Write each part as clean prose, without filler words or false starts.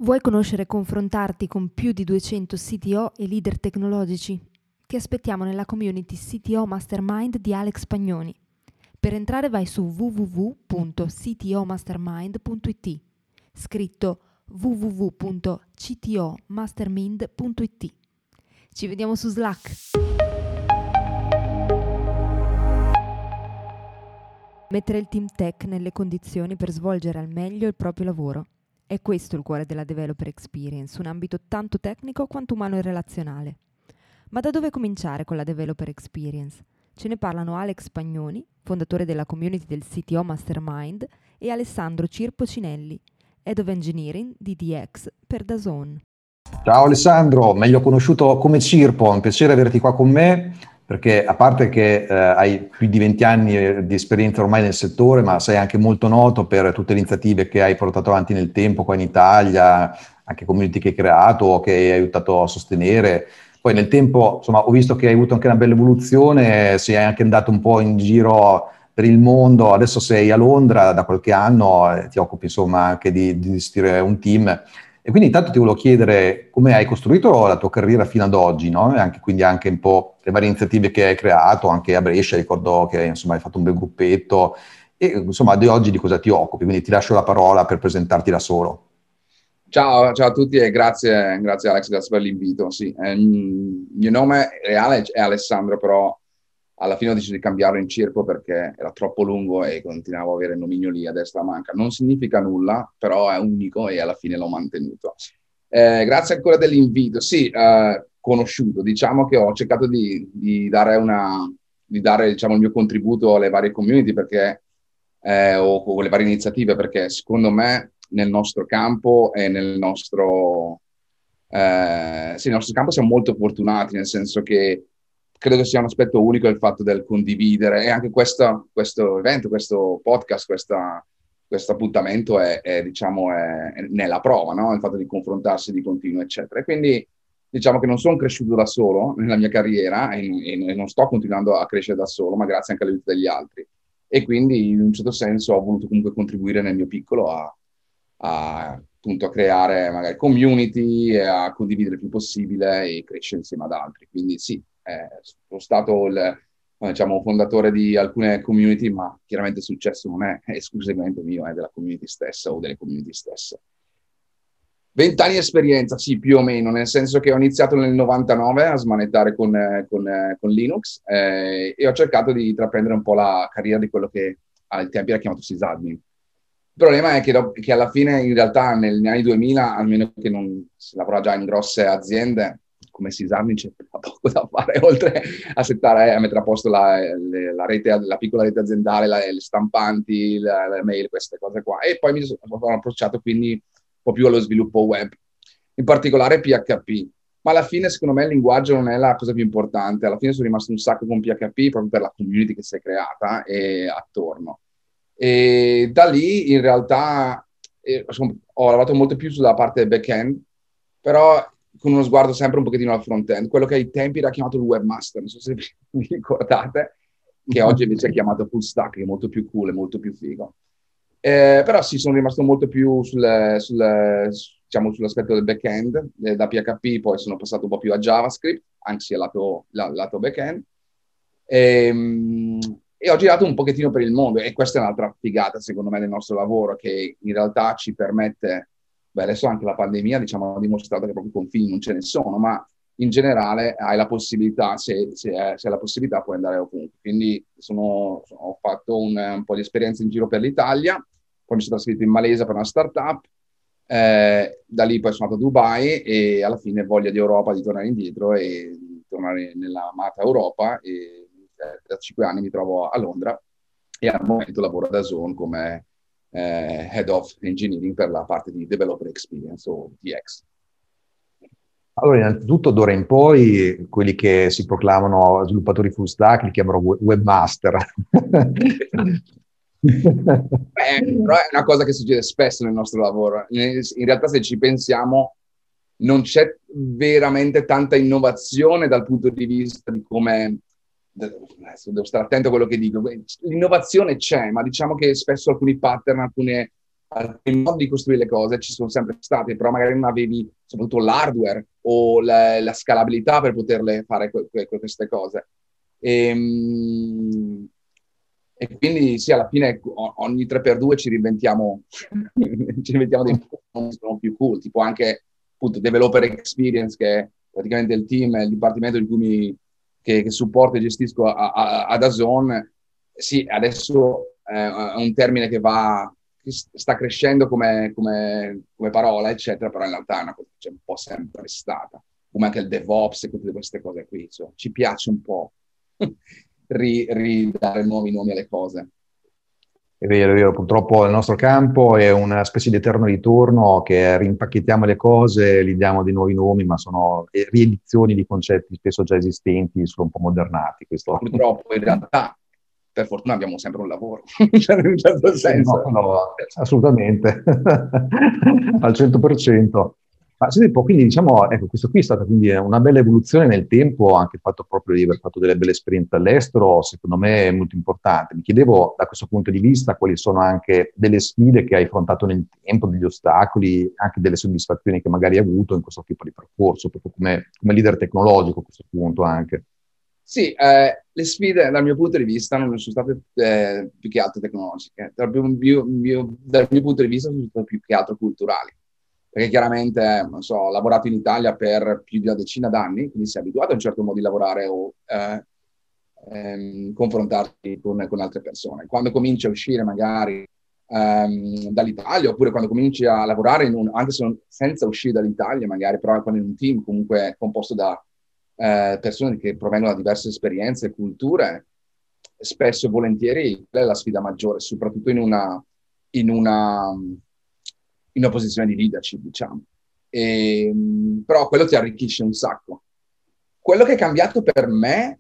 Vuoi conoscere e confrontarti con più di 200 CTO e leader tecnologici? Ti aspettiamo nella community CTO Mastermind di Alex Pagnoni. Per entrare vai su www.ctomastermind.it, scritto www.ctomastermind.it. Ci vediamo su Slack! Mettere il team tech nelle condizioni per svolgere al meglio il proprio lavoro. È questo il cuore della Developer Experience, un ambito tanto tecnico quanto umano e relazionale. Ma da dove cominciare con la Developer Experience? Ce ne parlano Alex Pagnoni, fondatore della community del CTO Mastermind, e Alessandro Cirpo Cinelli, Head of Engineering di DX per DAZN. Ciao Alessandro, meglio conosciuto come Cirpo, è un piacere averti qua con me, perché a parte che hai più di 20 anni di esperienza ormai nel settore, ma sei anche molto noto per tutte le iniziative che hai portato avanti nel tempo qua in Italia, anche community che hai creato o che hai aiutato a sostenere. Poi nel tempo, insomma, ho visto che hai avuto anche una bella evoluzione, sei anche andato un po' in giro per il mondo, adesso sei a Londra da qualche anno, ti occupi insomma anche di gestire un team. E quindi intanto ti volevo chiedere come hai costruito la tua carriera fino ad oggi, no? E anche, quindi anche un po' le varie iniziative che hai creato, anche a Brescia, ricordo che insomma hai fatto un bel gruppetto, e insomma di oggi di cosa ti occupi, quindi ti lascio la parola per presentarti da solo. Ciao a tutti e grazie Alex, grazie per l'invito. Sì, il mio nome reale è Alessandro, però alla fine ho deciso di cambiarlo in Circo perché era troppo lungo e continuavo a avere nomignoli a destra e a manca. Non significa nulla, però è unico e alla fine l'ho mantenuto. Grazie ancora dell'invito. Sì, conosciuto. Diciamo che ho cercato di dare diciamo, il mio contributo alle varie community perché, o le varie iniziative, perché secondo me nel nostro campo e nel nostro campo siamo molto fortunati, nel senso che credo che sia un aspetto unico il fatto del condividere, e anche questo evento, questo podcast, questo appuntamento diciamo, è nella prova, no? Il fatto di confrontarsi di continuo, eccetera. E quindi diciamo che non sono cresciuto da solo nella mia carriera e non sto continuando a crescere da solo, ma grazie anche all'aiuto degli altri. E quindi in un certo senso ho voluto comunque contribuire nel mio piccolo appunto a creare magari community e a condividere il più possibile e crescere insieme ad altri. Quindi sì, sono stato diciamo, fondatore di alcune community, ma chiaramente il successo non è esclusivamente mio, è della community stessa o delle community stesse. 20 anni di esperienza, sì, più o meno, nel senso che ho iniziato nel 99 a smanettare con Linux e ho cercato di intraprendere un po' la carriera di quello che ai tempi era chiamato sysadmin. Il problema è che alla fine, in realtà, negli anni 2000, almeno che non si lavora già in grosse aziende, come sysadmin c'è poco da fare, oltre a mettere a posto la rete, la piccola rete aziendale, le stampanti, le mail, queste cose qua. E poi mi sono approcciato quindi un po' più allo sviluppo web, in particolare PHP. Ma alla fine, secondo me, il linguaggio non è la cosa più importante. Alla fine sono rimasto un sacco con PHP proprio per la community che si è creata e attorno. E da lì in realtà ho lavorato molto più sulla parte back-end, però con uno sguardo sempre un pochettino al front-end, quello che ai tempi era chiamato il webmaster, non so se vi ricordate, che oggi invece è chiamato full stack, che è molto più cool e molto più figo. Però sì, sono rimasto molto più diciamo, sull'aspetto del back-end, da PHP poi sono passato un po' più a JavaScript, anche se lato back-end. E ho girato un pochettino per il mondo, e questa è un'altra figata secondo me del nostro lavoro, che in realtà ci permette, adesso anche la pandemia diciamo ha dimostrato che proprio confini non ce ne sono, ma in generale hai la possibilità, se hai la possibilità puoi andare ovunque. Quindi ho fatto un po' di esperienza in giro per l'Italia, poi mi sono trasferito in Malesia per una startup, da lì poi sono andato a Dubai e alla fine voglia di Europa, di tornare indietro e di tornare nella amata Europa, e da 5 anni mi trovo a Londra e al momento lavoro da DAZN come Head of Engineering per la parte di Developer Experience o DX. Allora, innanzitutto, d'ora in poi, quelli che si proclamano sviluppatori full stack li chiamano webmaster. Però è una cosa che succede spesso nel nostro lavoro. In realtà, se ci pensiamo, non c'è veramente tanta innovazione dal punto di vista di come... Adesso devo stare attento a quello che dico. L'innovazione c'è, ma diciamo che spesso alcuni pattern, alcuni modi di costruire le cose ci sono sempre stati, però magari non avevi soprattutto l'hardware o la scalabilità per poterle fare queste cose. E quindi sì, alla fine ogni 3x2 ci reinventiamo, ci inventiamo dei nomi che sono più cool, tipo anche appunto Developer Experience, che è praticamente il team, il dipartimento di cui che supporto e gestisco ad Dazn. Sì, adesso è un termine che sta crescendo come parola, eccetera, però in realtà è una cosa che c'è un po' sempre stata, come anche il DevOps e tutte queste cose qui. Insomma, ci piace un po' ridare nuovi nomi alle cose. È vero, purtroppo il nostro campo è una specie di eterno ritorno che rimpacchettiamo le cose, gli diamo dei nuovi nomi, ma sono riedizioni di concetti spesso già esistenti, solo un po' modernati. Questo. Purtroppo in realtà, per fortuna, abbiamo sempre un lavoro, in un certo senso. No, assolutamente, al 100%. Ma senti un po', quindi diciamo, ecco, questo qui è stata quindi una bella evoluzione nel tempo, anche il fatto proprio di aver fatto delle belle esperienze all'estero, secondo me è molto importante. Mi chiedevo da questo punto di vista quali sono anche delle sfide che hai affrontato nel tempo, degli ostacoli, anche delle soddisfazioni che magari hai avuto in questo tipo di percorso, proprio come leader tecnologico a questo punto anche. Sì, le sfide dal mio punto di vista non sono state più che altro tecnologiche, dal mio punto di vista sono state più che altro culturali, perché chiaramente, non so, ho lavorato in Italia per più di una decina d'anni, quindi sei abituato a un certo modo di lavorare o confrontarti con altre persone. Quando cominci a uscire magari dall'Italia, oppure quando cominci a lavorare anche se senza uscire dall'Italia, magari, però in un team comunque composto da persone che provengono da diverse esperienze e culture, spesso e volentieri quella è la sfida maggiore, soprattutto in una posizione di leadership, diciamo. Però quello ti arricchisce un sacco. Quello che è cambiato per me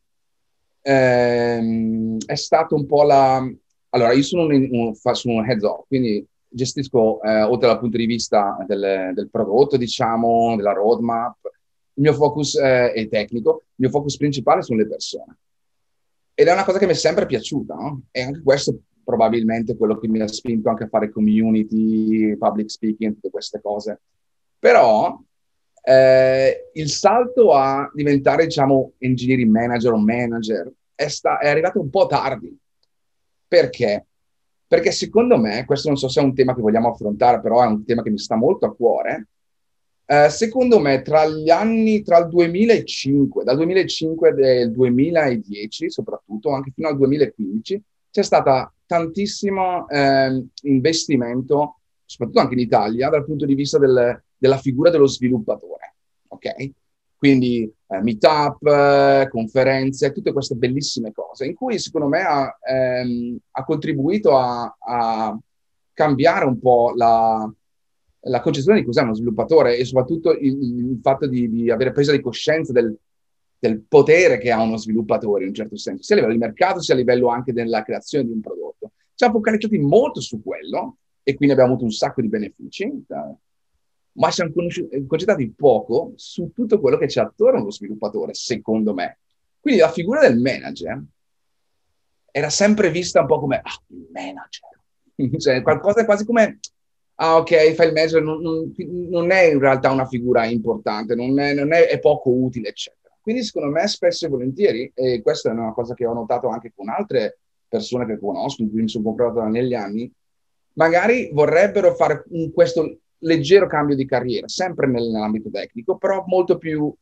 è stato un po' Allora, io sono un heads off, quindi gestisco, oltre dal punto di vista del prodotto, diciamo, della roadmap, il mio focus è tecnico, il mio focus principale sono le persone. Ed è una cosa che mi è sempre piaciuta, no? E anche questo probabilmente è quello che mi ha spinto anche a fare community, public speaking, tutte queste cose. Però il salto a diventare, diciamo, engineering manager o manager è arrivato un po' tardi. Perché? Perché secondo me, questo non so se è un tema che vogliamo affrontare, però è un tema che mi sta molto a cuore. Secondo me, tra il 2005, dal 2005 e il 2010, soprattutto, anche fino al 2015, c'è stato tantissimo investimento, soprattutto anche in Italia, dal punto di vista della figura dello sviluppatore. Ok? Quindi meetup, conferenze, tutte queste bellissime cose, in cui secondo me ha contribuito a cambiare un po' la concezione di cos'è uno sviluppatore e soprattutto il fatto di avere presa di coscienza del potere che ha uno sviluppatore in un certo senso, sia a livello di mercato sia a livello anche della creazione di un prodotto. Ci siamo focalizzati molto su quello e quindi abbiamo avuto un sacco di benefici, ma ci siamo concentrati poco su tutto quello che c'è attorno allo sviluppatore, secondo me. Quindi la figura del manager era sempre vista un po' come il manager, cioè qualcosa quasi come ok, fai il manager, non è in realtà una figura importante, è poco utile, eccetera. Quindi secondo me spesso e volentieri, e questa è una cosa che ho notato anche con altre persone che conosco, in cui mi sono confrontato negli anni, magari vorrebbero fare questo leggero cambio di carriera, sempre nell'ambito tecnico, però molto più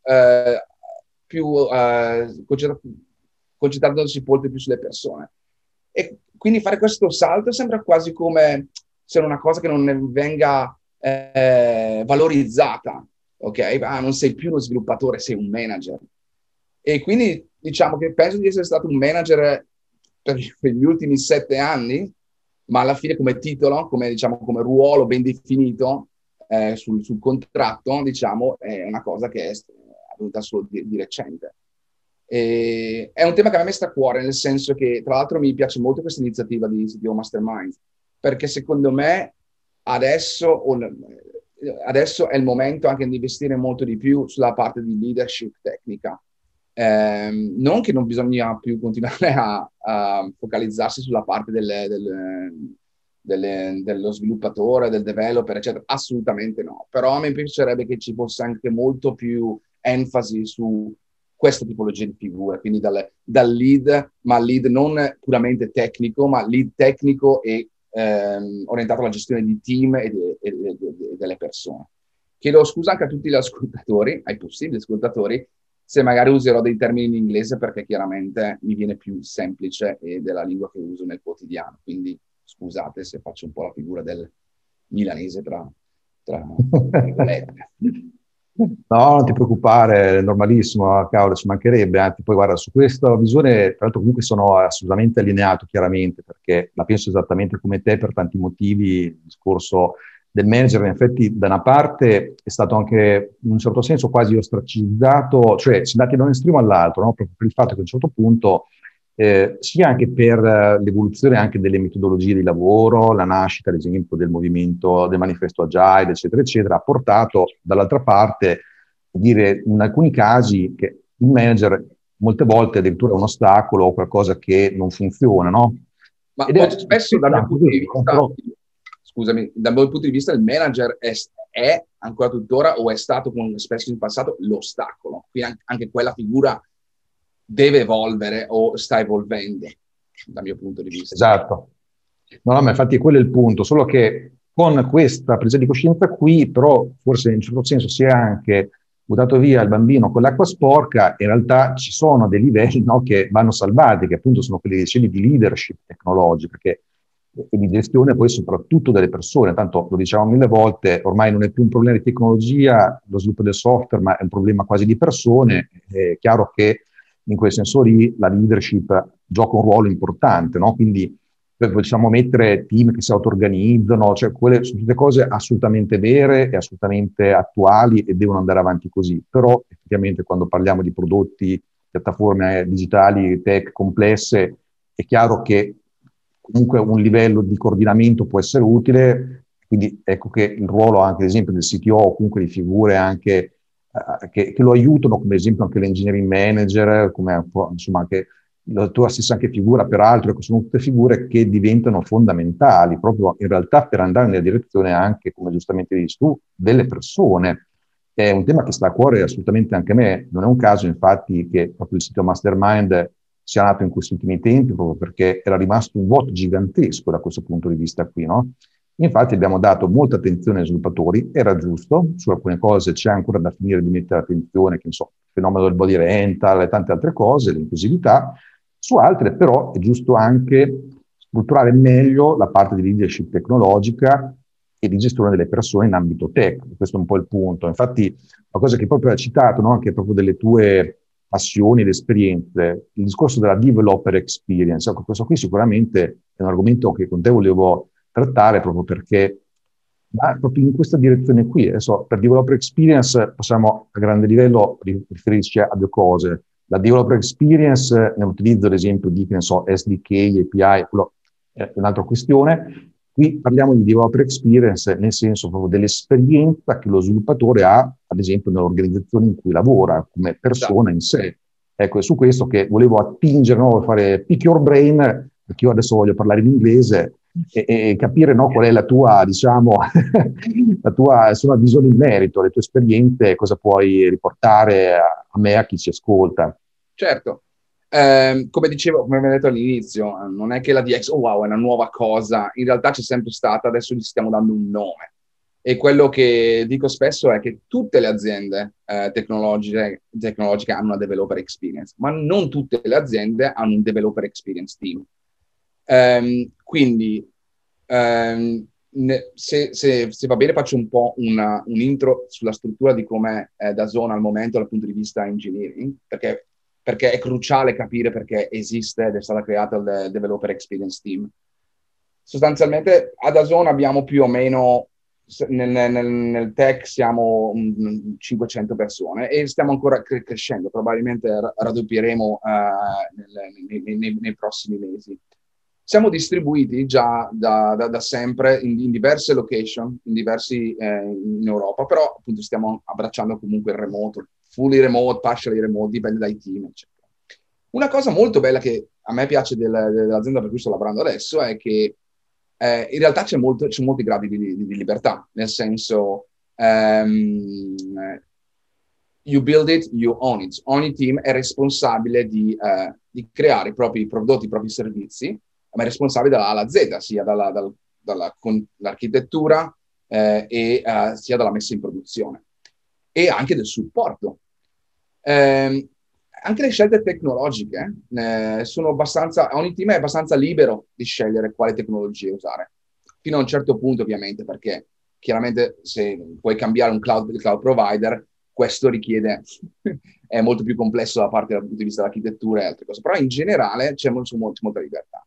concentrandosi molto più sulle persone. E quindi fare questo salto sembra quasi come se una cosa che non ne venga valorizzata, ok? Non sei più uno sviluppatore, sei un manager. E quindi diciamo che penso di essere stato un manager per gli ultimi 7 anni, ma alla fine come titolo, come ruolo ben definito sul contratto, diciamo, è una cosa che è avvenuta solo di recente. E è un tema che a me sta a cuore, nel senso che, tra l'altro, mi piace molto questa iniziativa di CTO Mastermind, perché secondo me adesso è il momento anche di investire molto di più sulla parte di leadership tecnica. Non che non bisogna più continuare a focalizzarsi sulla parte dello sviluppatore, del developer, eccetera. Assolutamente no. Però a me piacerebbe che ci fosse anche molto più enfasi su questa tipologia di figure, quindi dal lead, ma lead non puramente tecnico, ma lead tecnico e orientato alla gestione di team e delle persone. Chiedo scusa anche a tutti gli ascoltatori, ai possibili ascoltatori, se magari userò dei termini in inglese, perché chiaramente mi viene più semplice ed è la lingua che uso nel quotidiano, quindi scusate se faccio un po' la figura del milanese tra virgolette. No, non ti preoccupare, è normalissimo, cavolo, ci mancherebbe. Anzi, poi guarda, su questa visione, tra l'altro comunque sono assolutamente allineato, chiaramente, perché la penso esattamente come te per tanti motivi. Il discorso del manager, in effetti, da una parte è stato anche, in un certo senso, quasi ostracizzato, cioè si è andati da un estremo all'altro, no? Proprio per il fatto che a un certo punto, sia anche per l'evoluzione anche delle metodologie di lavoro, la nascita, ad esempio, del movimento, del manifesto Agile, eccetera, eccetera, ha portato dall'altra parte, a dire in alcuni casi, che il manager molte volte addirittura è un ostacolo o qualcosa che non funziona, no? Ma Ed molto è spesso dal mio punto di vista, però, scusami, dal mio punto di vista il manager è ancora tuttora o è stato spesso in passato l'ostacolo. Quindi anche quella figura deve evolvere o sta evolvendo, dal mio punto di vista. esatto. No, no, ma infatti quello è il punto, solo che con questa presa di coscienza qui, però forse in un certo senso si è anche buttato via il bambino con l'acqua sporca, in realtà ci sono dei livelli, no, che vanno salvati, che appunto sono quelli di leadership tecnologica e di gestione poi soprattutto delle persone. Tanto lo diciamo mille volte, ormai non è più un problema di tecnologia, lo sviluppo del software, ma è un problema quasi di persone. È chiaro che in quel senso lì la leadership gioca un ruolo importante, no? Quindi possiamo mettere team che si auto-organizzano, cioè quelle sono tutte cose assolutamente vere e assolutamente attuali e devono andare avanti così. Però effettivamente quando parliamo di prodotti, piattaforme digitali, tech complesse, è chiaro che comunque un livello di coordinamento può essere utile, quindi ecco che il ruolo anche ad esempio del CTO o comunque di figure anche che lo aiutano, come ad esempio anche l'engineering manager, come insomma anche la tua stessa anche figura, peraltro, che sono tutte figure che diventano fondamentali proprio in realtà per andare nella direzione anche, come giustamente dici tu, delle persone. È un tema che sta a cuore assolutamente anche a me. Non è un caso, infatti, che proprio il sito Mastermind sia nato in questi ultimi tempi, proprio perché era rimasto un vuoto gigantesco da questo punto di vista qui, no? Infatti abbiamo dato molta attenzione ai sviluppatori, era giusto, su alcune cose c'è ancora da finire di mettere attenzione, che so, il fenomeno del body rental e tante altre cose, l'inclusività, su altre però è giusto anche strutturare meglio la parte di leadership tecnologica e di gestione delle persone in ambito tech. Questo è un po' il punto. Infatti, la cosa che proprio hai citato, no? Anche proprio delle tue passioni ed esperienze, il discorso della developer experience, ecco, questo qui sicuramente è un argomento che con te volevo trattare proprio perché va proprio in questa direzione qui. Adesso per developer experience possiamo a grande livello riferirci a due cose. La developer experience nell'utilizzo, ad esempio, di, che ne so, SDK, API, quello è un'altra questione. Qui parliamo di developer experience nel senso proprio dell'esperienza che lo sviluppatore ha, ad esempio, nell'organizzazione in cui lavora, come persona in sé. Ecco, è su questo che volevo attingere, no? Fare pick your brain, perché io adesso voglio parlare in inglese, e capire, no, qual è la tua, diciamo, la tua insomma, visione in merito, le tue esperienze, cosa puoi riportare a me, a chi ci ascolta. Certo. Come dicevo, come abbiamo detto all'inizio, non è che la DX, oh wow, è una nuova cosa, in realtà c'è sempre stata, adesso gli stiamo dando un nome. E quello che dico spesso è che tutte le aziende tecnologiche hanno una developer experience, ma non tutte le aziende hanno un developer experience team. Quindi, se va bene, faccio un po' un intro sulla struttura di come è DAZN al momento dal punto di vista engineering, perché è cruciale capire perché esiste ed è stata creata il Developer Experience Team. Sostanzialmente a DAZN abbiamo più o meno, nel tech siamo 500 persone e stiamo ancora crescendo, probabilmente raddoppieremo nei prossimi mesi. Siamo distribuiti già da sempre in diverse location, in Europa, però appunto stiamo abbracciando comunque il remoto, fully remote, partially remote, dipende dai team, eccetera. Una cosa molto bella che a me piace dell'azienda per cui sto lavorando adesso è che in realtà c'è molti gradi di libertà, nel senso you build it, you own it. Ogni team è responsabile di creare i propri prodotti, i propri servizi, ma è responsabile dalla A alla Z, sia dall'architettura sia dalla messa in produzione e anche del supporto. Anche le scelte tecnologiche sono abbastanza, ogni team è abbastanza libero di scegliere quale tecnologie usare, fino a un certo punto ovviamente, perché chiaramente se puoi cambiare un cloud provider, questo richiede, è molto più complesso dal punto di vista dell'architettura e altre cose, però in generale c'è molta libertà.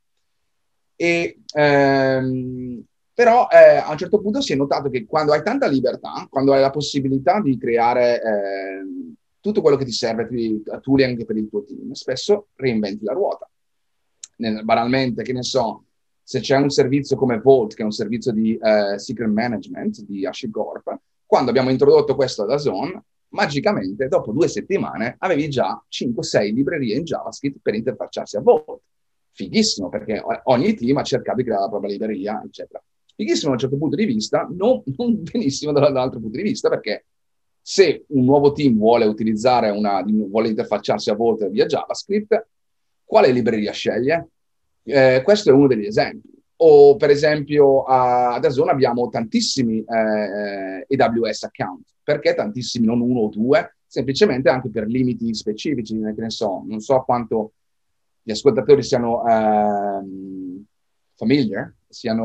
Però a un certo punto si è notato che quando hai tanta libertà, quando hai la possibilità di creare tutto quello che ti serve, tooling anche per il tuo team, spesso reinventi la ruota. Banalmente, che ne so, se c'è un servizio come Vault, che è un servizio di secret management di HashiCorp, quando abbiamo introdotto questo ad DAZN, magicamente dopo 2 settimane avevi già 5-6 librerie in JavaScript per interfacciarsi a Vault. Fighissimo, perché ogni team ha cercato di creare la propria libreria, eccetera. Fighissimo da un certo punto di vista, non benissimo dall'altro punto di vista, perché se un nuovo team vuole interfacciarsi a Vault via JavaScript, quale libreria sceglie? Questo è uno degli esempi. O per esempio ad DAZN abbiamo tantissimi AWS account. Perché tantissimi, non 1 o 2? Semplicemente anche per limiti specifici, che ne so, non so quanto gli ascoltatori siano familiar,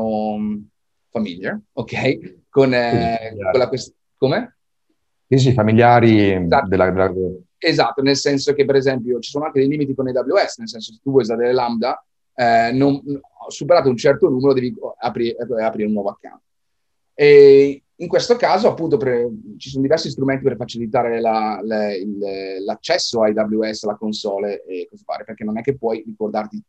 ok? Con quella questione. Come? Sì, familiari Esatto. Esatto, nel senso che per esempio ci sono anche dei limiti con AWS, nel senso che se tu vuoi usare Lambda, superato un certo numero devi aprire un nuovo account. E in questo caso appunto ci sono diversi strumenti per facilitare l'accesso a AWS, alla console e così fare, perché non è che puoi ricordarti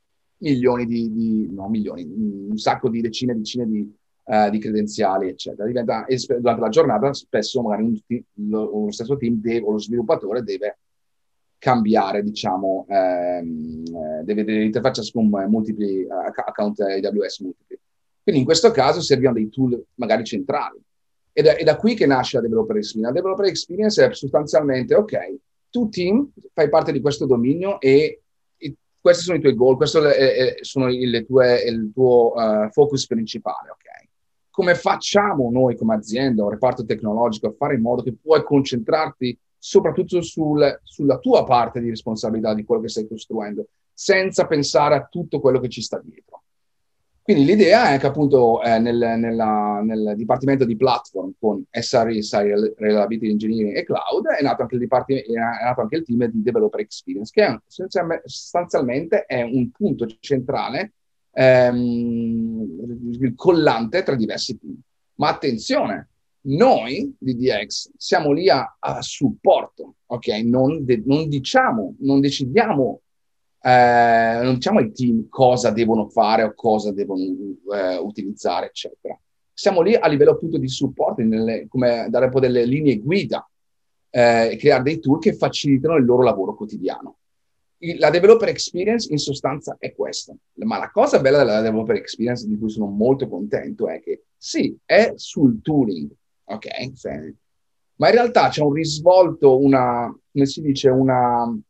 un sacco di decine di credenziali, eccetera. Durante la giornata spesso magari lo stesso team o lo sviluppatore deve cambiare, diciamo, deve interfacciarsi con multipli account AWS multipli. Quindi in questo caso servivano dei tool magari centrali. Ed è da qui che nasce la Developer Experience. La Developer Experience è sostanzialmente, ok, tu team fai parte di questo dominio e questi sono i tuoi goal, questo sono il tuo focus principale, ok? Come facciamo noi come azienda o reparto tecnologico a fare in modo che puoi concentrarti soprattutto sulla tua parte di responsabilità di quello che stai costruendo, senza pensare a tutto quello che ci sta dietro. Quindi l'idea è che appunto nel dipartimento di platform con SRE, Site Reliability Engineering e Cloud, è nato anche il team di Developer Experience, che sostanzialmente è un punto centrale, il collante tra diversi team. Ma attenzione, noi di DX siamo lì a supporto, ok? Non decidiamo ai team cosa devono fare o cosa devono utilizzare, eccetera. Siamo lì a livello appunto di supporto, come dare un po' delle linee guida e creare dei tool che facilitano il loro lavoro quotidiano. La developer experience in sostanza è questa. Ma la cosa bella della developer experience, di cui sono molto contento, è che sì, è sul tooling, ok? Ma in realtà c'è un risvolto, come si dice, un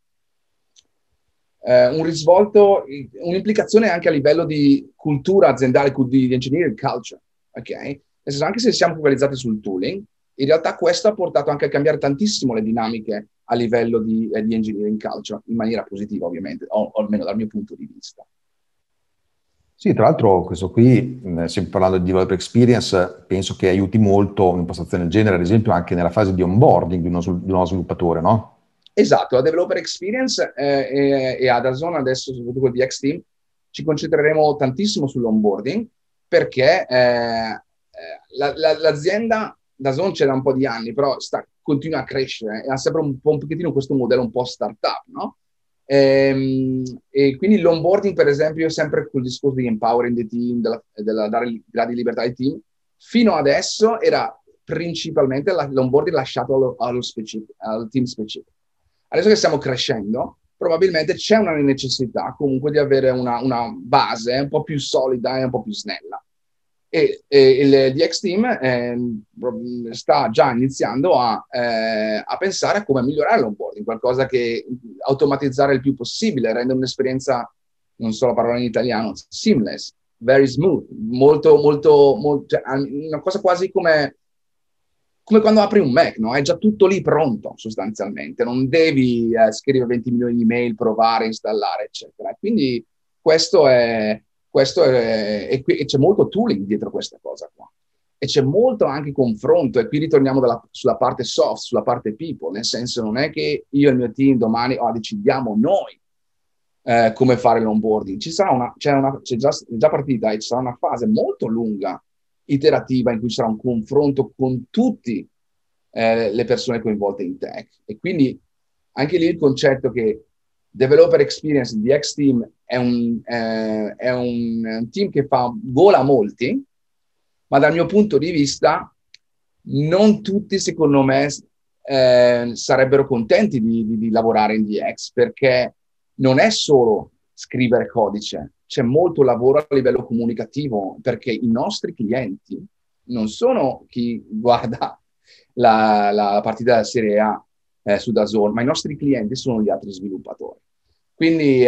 risvolto, un'implicazione anche a livello di cultura aziendale, di engineering culture, ok? Nel senso, anche se siamo focalizzati sul tooling, in realtà questo ha portato anche a cambiare tantissimo le dinamiche a livello di engineering culture, in maniera positiva ovviamente, o almeno dal mio punto di vista. Sì, tra l'altro questo qui, sempre parlando di developer experience, penso che aiuti molto un'impostazione del genere, ad esempio anche nella fase di onboarding di uno sviluppatore, no? Esatto, la developer experience e ad DAZN adesso, soprattutto col DX team, ci concentreremo tantissimo sull'onboarding perché l'azienda DAZN c'è da un po' di anni, però continua a crescere e ha sempre un pochettino questo modello un po' startup, no? E quindi l'onboarding, per esempio, sempre col discorso di empowering the team, dare gradi di libertà ai team, fino adesso era principalmente l'onboarding lasciato al team specifico. Adesso che stiamo crescendo, probabilmente c'è una necessità comunque di avere una base un po' più solida e un po' più snella. E il DX Team sta già iniziando a pensare a come migliorare l'onboarding, qualcosa che automatizzare il più possibile, rendere un'esperienza, non so la parola in italiano, seamless, very smooth, cioè, una cosa quasi come quando apri un Mac, no? È già tutto lì pronto sostanzialmente, non devi scrivere 20 milioni di email, provare, installare, eccetera. Quindi questo è e c'è molto tooling dietro questa cosa qua. E c'è molto anche confronto, e qui ritorniamo sulla parte soft, sulla parte people, nel senso non è che io e il mio team domani decidiamo noi come fare l'onboarding. C'è già partita e ci sarà una fase molto lunga, iterativa, in cui ci sarà un confronto con tutte le persone coinvolte in tech. E quindi anche lì il concetto che Developer Experience, il DX Team, è un team che fa gola a molti, ma dal mio punto di vista non tutti, secondo me, sarebbero contenti di lavorare in DX, perché non è solo scrivere codice, c'è molto lavoro a livello comunicativo, perché i nostri clienti non sono chi guarda la partita della Serie A su DAZN, ma i nostri clienti sono gli altri sviluppatori. Quindi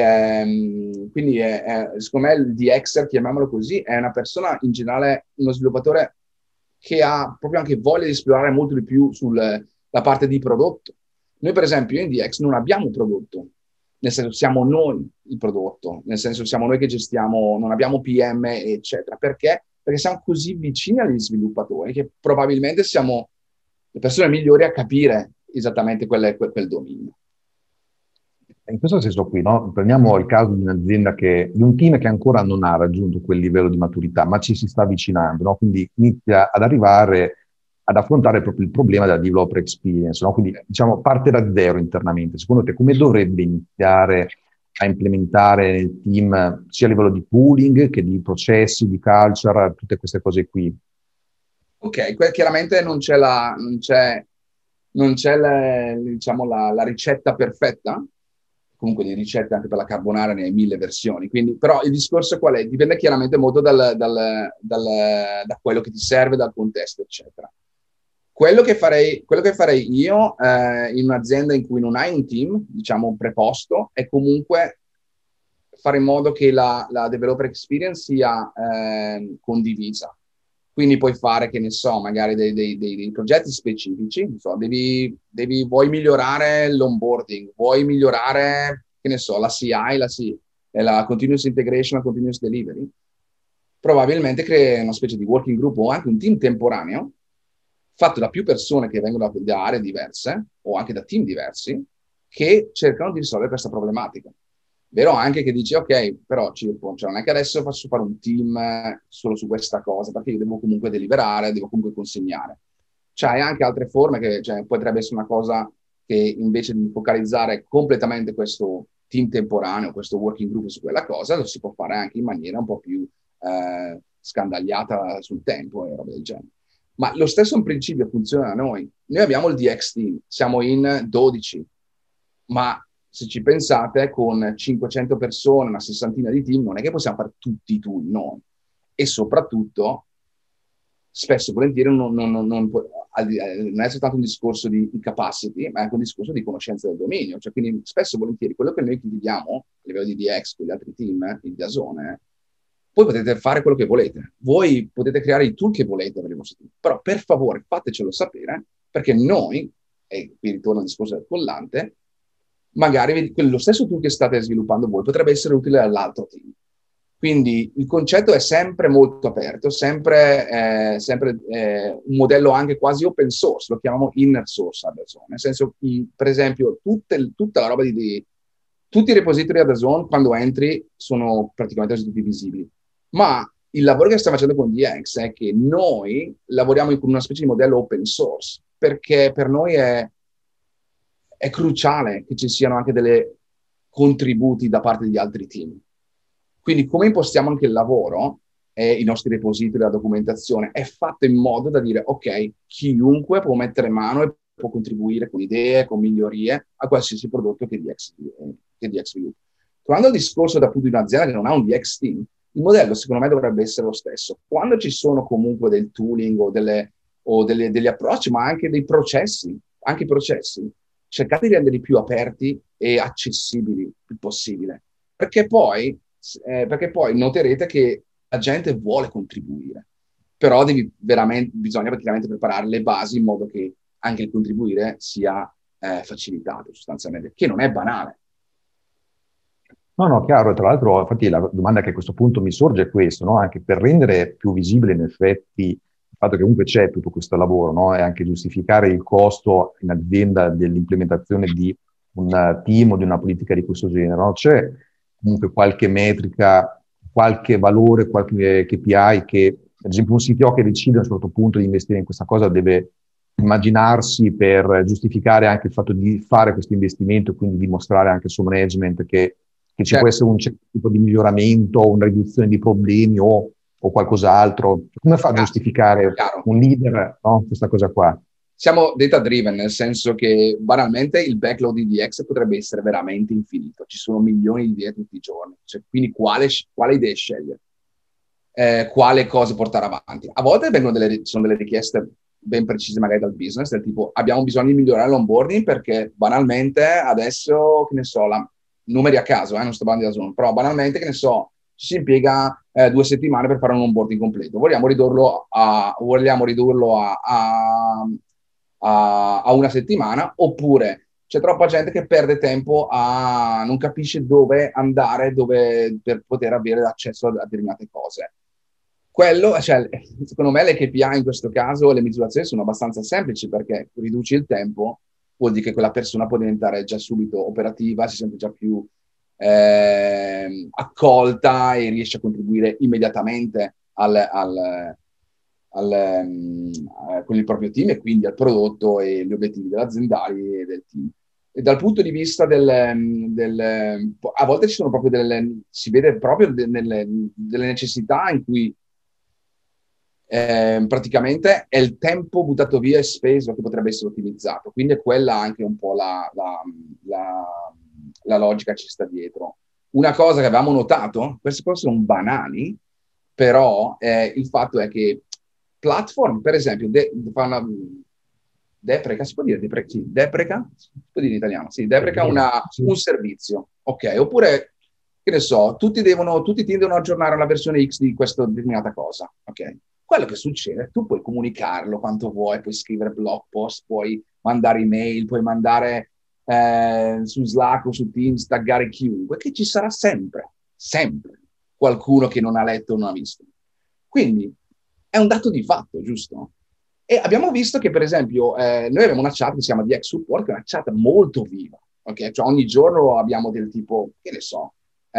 secondo me il DXer, chiamiamolo così, è una persona in generale, uno sviluppatore che ha proprio anche voglia di esplorare molto di più sulla parte di prodotto. Noi per esempio in DX non abbiamo un prodotto, nel senso siamo noi il prodotto, nel senso siamo noi che gestiamo, non abbiamo PM, eccetera. Perché? Perché siamo così vicini agli sviluppatori che probabilmente siamo le persone migliori a capire esattamente quel dominio. In questo senso qui, no? Prendiamo il caso di un'azienda di un team che ancora non ha raggiunto quel livello di maturità, ma ci si sta avvicinando, no? Quindi inizia ad arrivare ad affrontare proprio il problema della developer experience, no? Quindi diciamo parte da zero internamente. Secondo te come dovrebbe iniziare a implementare nel team sia a livello di pooling che di processi, di culture, tutte queste cose qui? Ok, chiaramente non c'è diciamo, la ricetta perfetta. Comunque di ricette anche per la carbonara ne hai 1000 versioni, quindi, però il discorso qual è? Dipende chiaramente molto da quello che ti serve, dal contesto, eccetera. Quello che farei io in un'azienda in cui non hai un team, diciamo, preposto, è comunque fare in modo che la developer experience sia condivisa. Quindi puoi fare, che ne so, magari dei progetti specifici, non so, vuoi migliorare l'onboarding, vuoi migliorare, che ne so, la CI, la continuous integration, la continuous delivery. Probabilmente crei una specie di working group o anche un team temporaneo, fatto da più persone che vengono da aree diverse o anche da team diversi, che cercano di risolvere questa problematica. Vero anche che dici, ok, però Circo, cioè non è che adesso faccio fare un team solo su questa cosa, perché io devo comunque deliberare, devo comunque consegnare. C'hai anche altre forme che potrebbe essere una cosa che invece di focalizzare completamente questo team temporaneo, questo working group su quella cosa, lo si può fare anche in maniera un po' più scandagliata sul tempo e roba del genere. Ma lo stesso principio funziona da noi. Noi abbiamo il DX team, siamo in 12, ma se ci pensate, con 500 persone, una sessantina di team, non è che possiamo fare tutti i tool noi. E soprattutto, spesso e volentieri non è soltanto un discorso di capacity, ma è anche un discorso di conoscenza del dominio. Cioè, quindi spesso e volentieri quello che noi chiediamo a livello di DX con gli altri team, il DAZN, voi potete fare quello che volete. Voi potete creare i tool che volete per il vostro team. Però per favore fatecelo sapere, perché noi, e qui ritorno al discorso del collante, magari lo stesso tool che state sviluppando voi potrebbe essere utile all'altro team. Quindi il concetto è sempre molto aperto, sempre un modello anche quasi open source, lo chiamiamo inner source ad Amazon, nel senso, per esempio, tutta la roba tutti i repository ad Amazon quando entri sono praticamente tutti visibili, ma il lavoro che stiamo facendo con DX è che noi lavoriamo con una specie di modello open source, perché per noi è cruciale che ci siano anche dei contributi da parte di altri team. Quindi come impostiamo anche il lavoro e i nostri repository, la documentazione, è fatto in modo da dire, ok, chiunque può mettere mano e può contribuire con idee, con migliorie a qualsiasi prodotto che DX sviluppa. Tornando al discorso da appunto di un'azienda che non ha un DX team, Il modello secondo me dovrebbe essere lo stesso. Quando ci sono comunque del tooling degli approcci, ma anche dei processi, anche i processi, cercate di renderli più aperti e accessibili il possibile, perché poi noterete che la gente vuole contribuire, però bisogna praticamente preparare le basi in modo che anche il contribuire sia facilitato sostanzialmente, che non è banale. No, no, chiaro, e tra l'altro, infatti la domanda che a questo punto mi sorge è questo, no? Anche per rendere più visibile in effetti il fatto che comunque c'è tutto questo lavoro, no? E anche giustificare il costo in azienda dell'implementazione di un team o di una politica di questo genere, no? C'è comunque qualche metrica, qualche valore, qualche KPI che, ad esempio, un CTO che decide a un certo punto di investire in questa cosa deve immaginarsi per giustificare anche il fatto di fare questo investimento e quindi dimostrare anche al suo management che ci può essere un certo tipo di miglioramento, una riduzione di problemi o qualcos'altro. Come fa a giustificare Chiaro. un leader, no? Questa cosa qua? Siamo data driven, nel senso che banalmente il backlog di DX potrebbe essere veramente infinito. Ci sono milioni di idee tutti i giorni. Cioè, quindi quale idee scegliere? Quale cosa portare avanti? A volte sono delle richieste ben precise magari dal business, del tipo abbiamo bisogno di migliorare l'onboarding perché banalmente adesso, che ne so, numeri a caso, non sto parlando di Zoom, però banalmente, che ne so, ci si impiega 2 settimane per fare un onboarding completo. Vogliamo ridurlo a una settimana, oppure c'è troppa gente che perde tempo non capisce dove andare per poter avere accesso a determinate cose. Secondo me le KPI in questo caso, le misurazioni sono abbastanza semplici perché riduci il tempo, vuol dire che quella persona può diventare già subito operativa, si sente già più accolta e riesce a contribuire immediatamente con il proprio team e quindi al prodotto e gli obiettivi dell'aziendale e del team. E dal punto di vista a volte ci sono proprio si vede proprio delle necessità in cui praticamente è il tempo buttato via e speso che potrebbe essere ottimizzato. Quindi è quella anche un po' la logica che ci sta dietro. Una cosa che avevamo notato, queste cose sono banali, però il fatto è che platform, per esempio, depreca, si può dire depreca? Si può dire in italiano, sì, depreca un servizio, ok? Oppure, che ne so, tutti team devono aggiornare la versione X di questa determinata cosa, ok? Quello che succede, tu puoi comunicarlo quanto vuoi, puoi scrivere blog post, puoi mandare email, puoi mandare su Slack o su Teams, taggare chiunque, che ci sarà sempre qualcuno che non ha letto o non ha visto. Quindi è un dato di fatto, giusto? E abbiamo visto che, per esempio, noi abbiamo una chat che si chiama DX Support, che è una chat molto viva, ok? Cioè ogni giorno abbiamo del tipo, che ne so,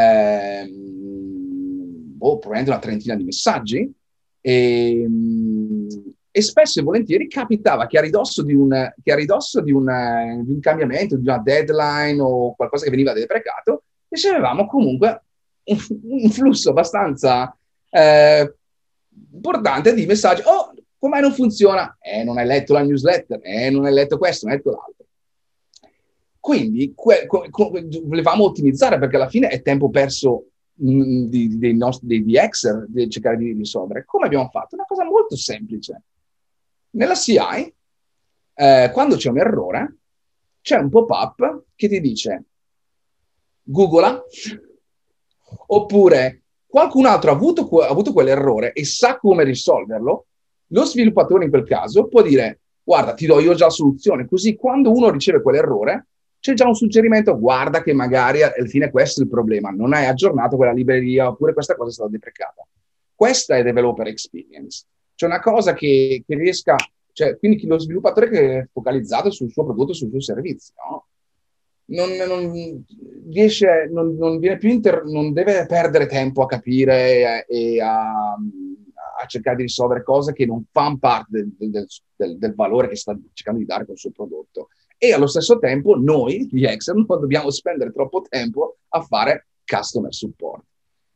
probabilmente una trentina di messaggi, e spesso e volentieri capitava che a ridosso di un cambiamento, di una deadline o qualcosa che veniva deprecato, ricevevamo comunque un flusso abbastanza importante di messaggi. Oh, come non funziona? Non hai letto la newsletter, non hai letto questo, non hai letto l'altro. Quindi volevamo ottimizzare, perché alla fine è tempo perso dei DXer di cercare di risolvere. Come abbiamo fatto? Una cosa molto semplice. Nella CI, quando c'è un errore, c'è un pop-up che ti dice Google, oppure qualcun altro ha avuto quell'errore e sa come risolverlo. Lo sviluppatore in quel caso può dire: guarda, ti do io già la soluzione, così quando uno riceve quell'errore c'è già un suggerimento: guarda che magari alla fine questo è il problema, non hai aggiornato quella libreria, oppure questa cosa è stata deprecata. Questa è developer experience, cioè una cosa che riesca, cioè quindi lo sviluppatore che è focalizzato sul suo prodotto, sul suo servizio, no? Non riesce, non viene più non deve perdere tempo a capire e a cercare di risolvere cose che non fanno parte del valore che sta cercando di dare col suo prodotto. E allo stesso tempo noi, gli Excel, non dobbiamo spendere troppo tempo a fare customer support.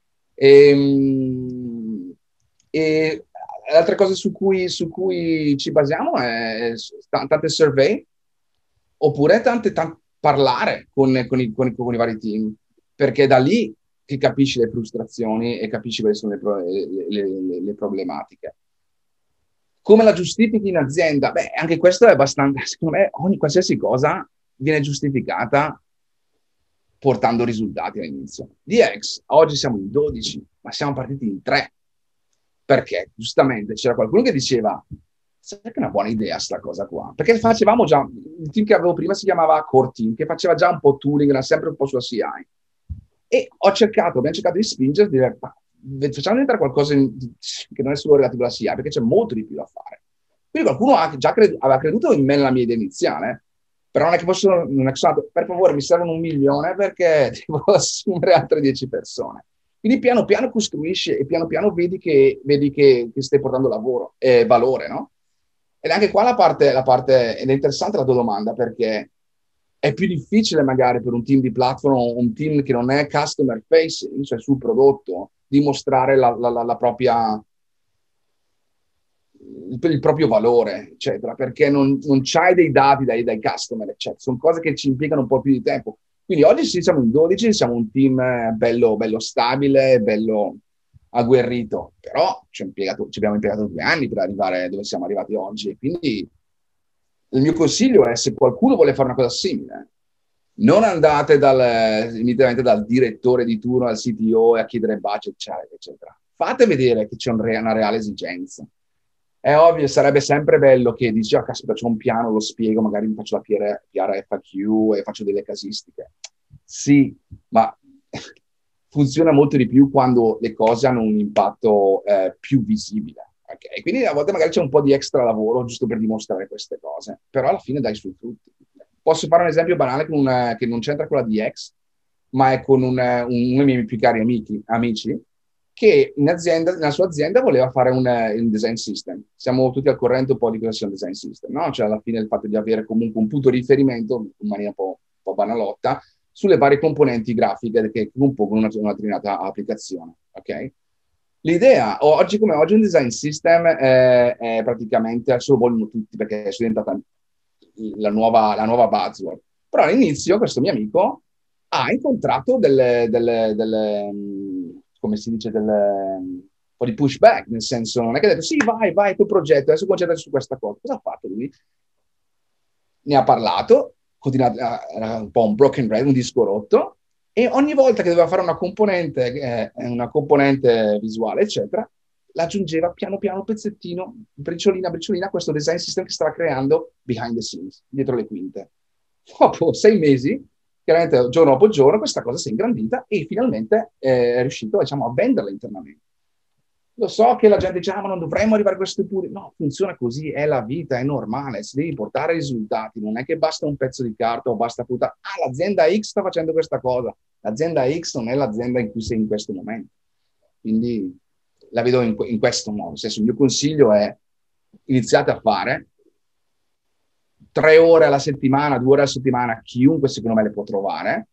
E altre cose su cui ci basiamo è tante survey, oppure tante parlare con i vari team, perché da lì che capisci le frustrazioni e capisci quali sono le problematiche. Come la giustifichi in azienda? Beh, anche questo è abbastanza, secondo me, qualsiasi cosa viene giustificata portando risultati all'inizio. DX, oggi siamo in 12, ma siamo partiti in 3. Perché? Giustamente c'era qualcuno che diceva, sai che è una buona idea sta cosa qua? Perché facevamo già, il team che avevo prima si chiamava Core Team, che faceva già un po' tooling, era sempre un po' sulla CI. E abbiamo cercato di spingere, di dire, facciamo diventare qualcosa che non è solo relativo alla CI, perché c'è molto di più da fare. Quindi qualcuno aveva creduto in me nella mia idea iniziale, però non è che non è che per favore mi servono 1 milione perché devo assumere altre 10 persone. Quindi piano piano costruisci e piano piano vedi che stai portando valore, no? Ed anche qua la parte, ed è interessante la tua domanda, perché è più difficile magari per un team di platform o un team che non è customer facing, cioè sul prodotto, dimostrare la propria, il proprio valore, eccetera, perché non c'hai dei dati dai customer, eccetera. Sono cose che ci impiegano un po' più di tempo. Quindi oggi sì, siamo in 12, siamo un team bello stabile, bello agguerrito, però ci abbiamo impiegato 2 anni per arrivare dove siamo arrivati oggi. Quindi il mio consiglio è, se qualcuno vuole fare una cosa simile, non andate immediatamente dal direttore di turno, al CTO e a chiedere budget, eccetera. Fate vedere che c'è una reale esigenza. È ovvio, sarebbe sempre bello che dici, caspita, c'è un piano, lo spiego, magari mi faccio la PR FAQ e faccio delle casistiche. Sì, ma funziona molto di più quando le cose hanno un impatto più visibile. Okay? Quindi a volte magari c'è un po' di extra lavoro giusto per dimostrare queste cose, però alla fine dai sui frutti. Posso fare un esempio banale che non c'entra con la DX, ma è con uno dei miei più cari amici, che nella sua azienda voleva fare un design system. Siamo tutti al corrente un po' di cosa sia un design system, no? Cioè alla fine il fatto di avere comunque un punto di riferimento, in maniera un po' banalotta, sulle varie componenti grafiche che compongono una determinata applicazione, ok? L'idea, oggi come oggi, un design system è praticamente, adesso lo vogliono tutti perché è diventata la nuova buzzword. Però all'inizio questo mio amico ha incontrato come si dice, un po' di pushback, nel senso, non è che ha detto sì, vai, quel progetto, adesso concentrati su questa cosa. Cosa ha fatto lui? Ne ha parlato, era un po' un broken record, un disco rotto, e ogni volta che doveva fare una componente visuale, eccetera, l'aggiungeva piano piano, pezzettino, briciolina a questo design system che stava creando behind the scenes, dietro le quinte. Dopo 6 mesi, chiaramente giorno dopo giorno, questa cosa si è ingrandita e finalmente è riuscito, diciamo, a venderla internamente. Lo so che la gente dice, ma non dovremmo arrivare a queste pure. No, funziona così, è la vita, è normale, si devi portare risultati, non è che basta un pezzo di carta o basta puntare, l'azienda X sta facendo questa cosa, l'azienda X non è l'azienda in cui sei in questo momento. Quindi la vedo in questo modo. Nel senso, il mio consiglio è iniziate a fare 3 ore alla settimana, 2 ore alla settimana, chiunque secondo me le può trovare,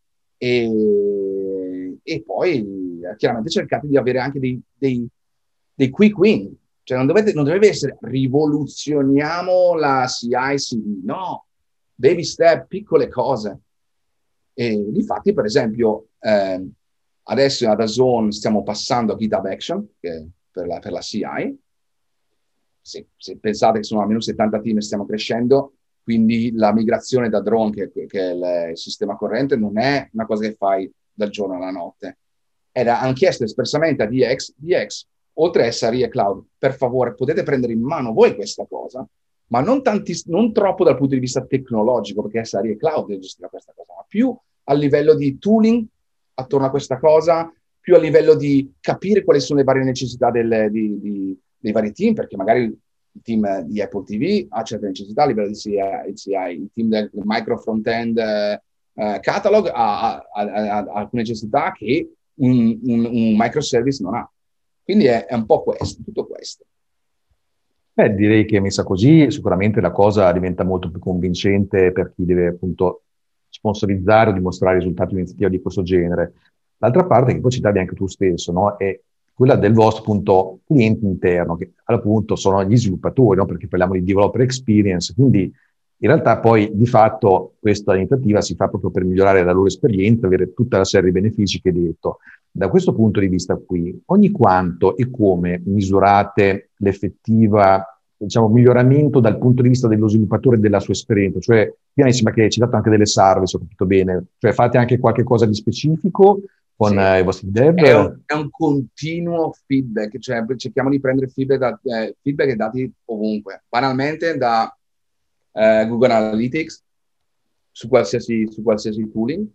e poi chiaramente cercate di avere anche dei quick win, cioè non deve essere rivoluzioniamo la CI/CD, no, baby step, piccole cose. E difatti, per esempio, adesso ad Azone stiamo passando a GitHub Action per la CI. Se pensate che sono almeno 70 team e stiamo crescendo, quindi la migrazione da drone, che è il sistema corrente, non è una cosa che fai dal giorno alla notte. Hanno chiesto espressamente a DX, oltre a SRE e Cloud, per favore, potete prendere in mano voi questa cosa, ma non troppo dal punto di vista tecnologico, perché SRE e Cloud gestiscono questa cosa, ma più a livello di tooling attorno a questa cosa, più a livello di capire quali sono le varie necessità dei vari team, perché magari il team di Apple TV ha certe necessità a livello di CI, il team del micro front-end catalog ha alcune necessità che un microservice non ha. Quindi è un po' tutto questo. Direi che messa così sicuramente la cosa diventa molto più convincente per chi deve appunto sponsorizzare o dimostrare risultati di un'iniziativa di questo genere. L'altra parte che poi citavi anche tu stesso, no? È quella del vostro appunto cliente interno, che appunto sono gli sviluppatori, no? Perché parliamo di developer experience, quindi In realtà poi di fatto questa iniziativa si fa proprio per migliorare la loro esperienza, avere tutta la serie di benefici che hai detto. Da questo punto di vista qui, ogni quanto e come misurate l'effettiva, diciamo, miglioramento dal punto di vista dello sviluppatore e della sua esperienza? Cioè, prima mi sembra che hai citato anche delle survey, se ho capito bene, cioè fate anche qualche cosa di specifico con Sì. i vostri dev? È un continuo feedback, cioè cerchiamo di prendere feedback e dati ovunque, banalmente da Google Analytics su qualsiasi tooling,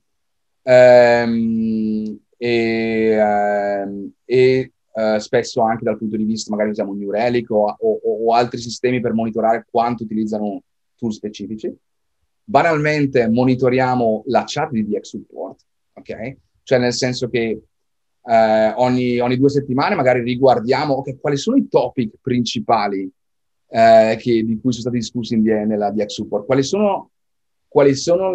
spesso anche dal punto di vista, magari usiamo New Relic o altri sistemi per monitorare quanto utilizzano tool specifici. Banalmente monitoriamo la chat di DX Support, ok? Cioè nel senso che ogni 2 settimane magari riguardiamo quali sono i topic principali di cui sono stati discussi nella DX Support, quali sono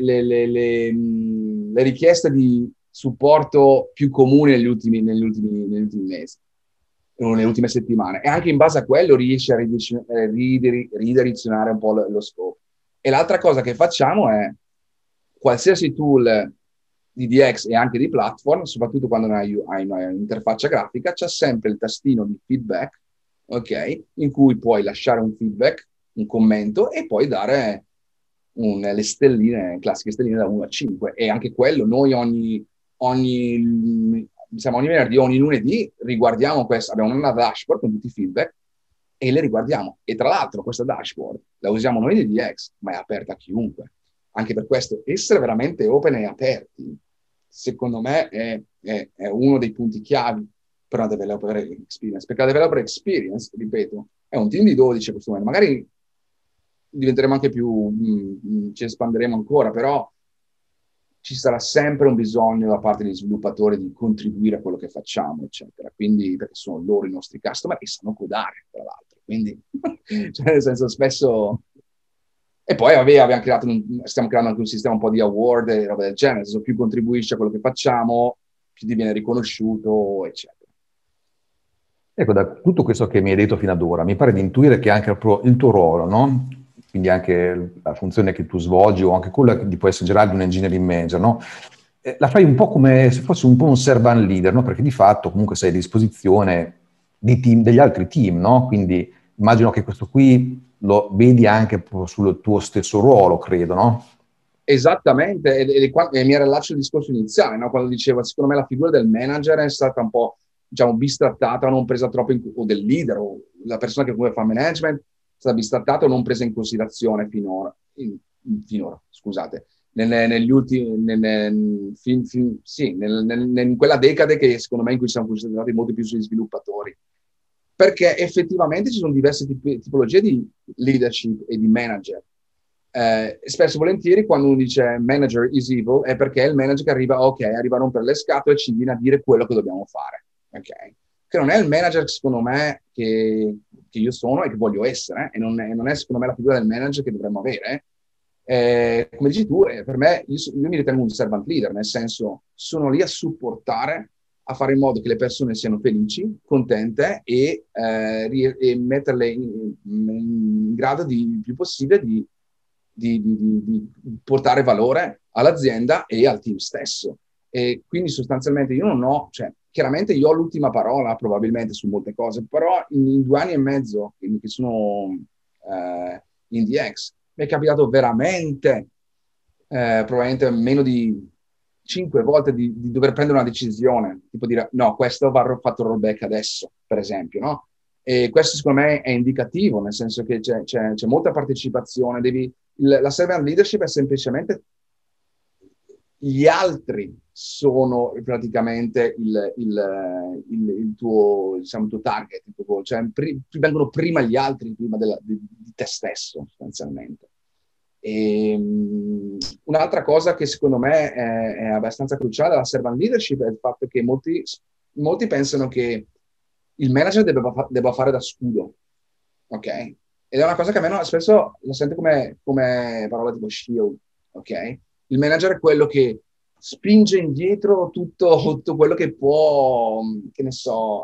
le richieste di supporto più comuni negli ultimi mesi o nelle ultime settimane, e anche in base a quello riesce a ridirezionare un po' lo scopo. E l'altra cosa che facciamo è qualsiasi tool di DX e anche di platform, soprattutto quando hai un'interfaccia grafica, c'è sempre il tastino di feedback, ok? In cui puoi lasciare un feedback, un commento, e poi dare le stelline, classiche stelline da 1 a 5. E anche quello, noi ogni venerdì o ogni lunedì riguardiamo questo, abbiamo una dashboard con tutti i feedback e le riguardiamo. E tra l'altro questa dashboard la usiamo noi di DX, ma è aperta a chiunque. Anche per questo, essere veramente open e aperti, secondo me, è uno dei punti chiavi per una developer experience. Perché la developer experience, ripeto, è un team di 12 a questo momento. Magari diventeremo anche più, ci espanderemo ancora, però ci sarà sempre un bisogno da parte degli sviluppatori di contribuire a quello che facciamo, eccetera. Quindi, perché sono loro i nostri customer e sanno codare, tra l'altro. Quindi, cioè, nel senso, spesso... E poi stiamo creando anche un sistema un po' di award e roba del genere, nel senso, più contribuisci a quello che facciamo, più ti viene riconosciuto, eccetera. Ecco, da tutto questo che mi hai detto fino ad ora, mi pare di intuire che anche proprio il tuo ruolo, no? Quindi anche la funzione che tu svolgi o anche quella che può essere generale di un engineering manager, no? La fai un po' come se fosse un po' un servant leader, no? Perché di fatto comunque sei a disposizione degli altri team, no? Quindi immagino che questo qui lo vedi anche sul tuo stesso ruolo, credo, no? Esattamente, e mi rilaccio al discorso iniziale, no? Quando dicevo, secondo me la figura del manager è stata un po', diciamo, bistrattata, non presa troppo o del leader, o la persona che comunque fa management, è stata bistrattata o non presa in considerazione finora, scusate, negli ultimi, in quella decade che secondo me in cui siamo concentrati molto più sugli sviluppatori. Perché effettivamente ci sono diverse tipologie di leadership e di manager. Spesso e volentieri quando uno dice manager is evil è perché è il manager che arriva a rompere le scatole e ci viene a dire quello che dobbiamo fare, ok? Che non è il manager secondo me che io sono e che voglio essere, e non è secondo me la figura del manager che dovremmo avere. Come dici tu, per me io mi ritengo un servant leader, nel senso sono lì a supportare, a fare in modo che le persone siano felici, contente e metterle in grado il più possibile di portare valore all'azienda e al team stesso. E quindi sostanzialmente io non ho, cioè chiaramente io ho l'ultima parola probabilmente su molte cose, però in 2 anni e mezzo che sono in DX mi è capitato veramente, probabilmente meno di 5 volte di dover prendere una decisione, tipo dire no, questo va fatto rollback adesso, per esempio, no? E questo secondo me è indicativo, nel senso che c'è molta partecipazione, la servant leadership è semplicemente gli altri sono praticamente il tuo, diciamo, il tuo target, cioè vengono prima gli altri, prima di te stesso, sostanzialmente. E, un'altra cosa che secondo me è abbastanza cruciale della servant leadership è il fatto che molti pensano che il manager debba fare da scudo, ok? Ed è una cosa che a me spesso lo sento come parola tipo shield, ok? Il manager è quello che spinge indietro tutto quello che può, che ne so,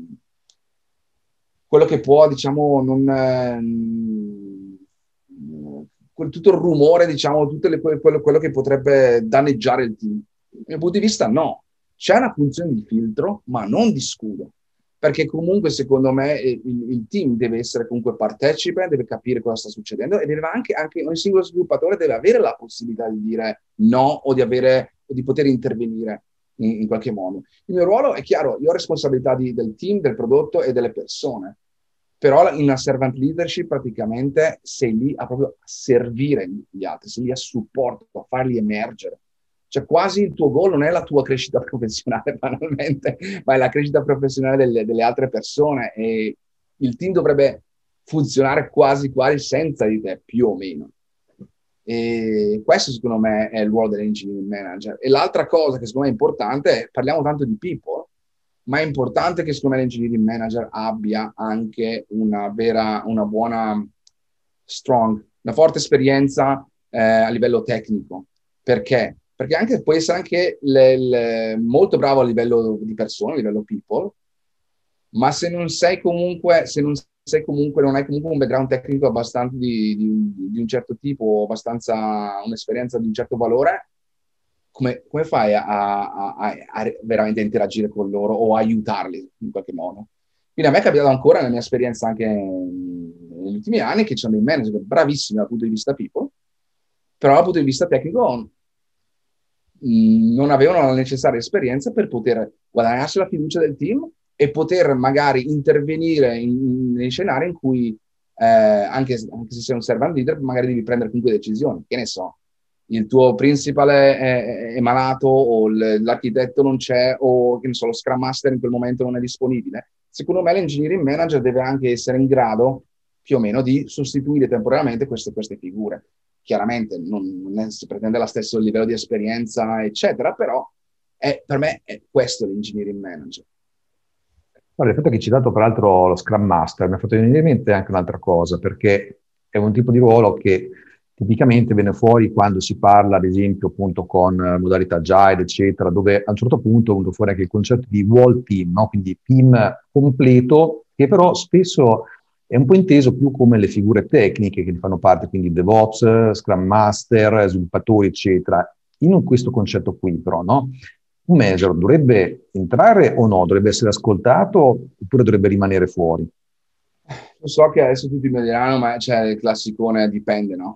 quello che può, diciamo, tutto il rumore, diciamo, quello che potrebbe danneggiare il team. Dal mio punto di vista no, c'è una funzione di filtro, ma non di scudo, perché comunque secondo me il team deve essere comunque partecipe, deve capire cosa sta succedendo e deve anche ogni singolo sviluppatore deve avere la possibilità di dire no o di poter intervenire in qualche modo. Il mio ruolo è chiaro, io ho responsabilità del team, del prodotto e delle persone, però in una servant leadership praticamente sei lì a proprio servire gli altri, sei lì a supporto, a farli emergere. Cioè quasi il tuo goal non è la tua crescita professionale banalmente, ma è la crescita professionale delle altre persone e il team dovrebbe funzionare quasi quasi senza di te, più o meno. E questo secondo me è il ruolo dell'engineering manager. E l'altra cosa che secondo me è importante, parliamo tanto di people, ma è importante che secondo me l'engineering manager abbia anche una buona, una forte esperienza a livello tecnico. Perché? Perché può essere anche molto bravo a livello di persone, a livello people, ma se non hai comunque un background tecnico abbastanza di un certo tipo, abbastanza un'esperienza di un certo valore, come fai a veramente interagire con loro o aiutarli in qualche modo? Quindi a me è capitato ancora nella mia esperienza anche negli ultimi anni che ci sono dei manager bravissimi dal punto di vista people, però dal punto di vista tecnico non avevano la necessaria esperienza per poter guadagnarsi la fiducia del team e poter magari intervenire nei scenari in cui, anche se sei un servant leader, magari devi prendere comunque decisioni. Che ne so, il tuo principal è malato o l'architetto non c'è o che ne so, lo Scrum Master in quel momento non è disponibile. Secondo me l'engineering manager deve anche essere in grado più o meno di sostituire temporaneamente queste figure. Chiaramente non si pretende lo stesso livello di esperienza, eccetera, però per me è questo l'engineering manager. Guarda, il fatto che hai citato peraltro lo Scrum Master mi ha fatto venire in mente anche un'altra cosa, perché è un tipo di ruolo che tipicamente viene fuori quando si parla, ad esempio, appunto con modalità agile, eccetera, dove a un certo punto è venuto fuori anche il concetto di whole team, no? Quindi team completo, che però spesso è un po' inteso più come le figure tecniche che ne fanno parte, quindi DevOps, Scrum Master, sviluppatori, eccetera. In questo concetto qui, però, no? Un manager dovrebbe entrare o no? Dovrebbe essere ascoltato oppure dovrebbe rimanere fuori? Lo so che adesso tutti mi diranno, ma c'è il classicone, dipende, no?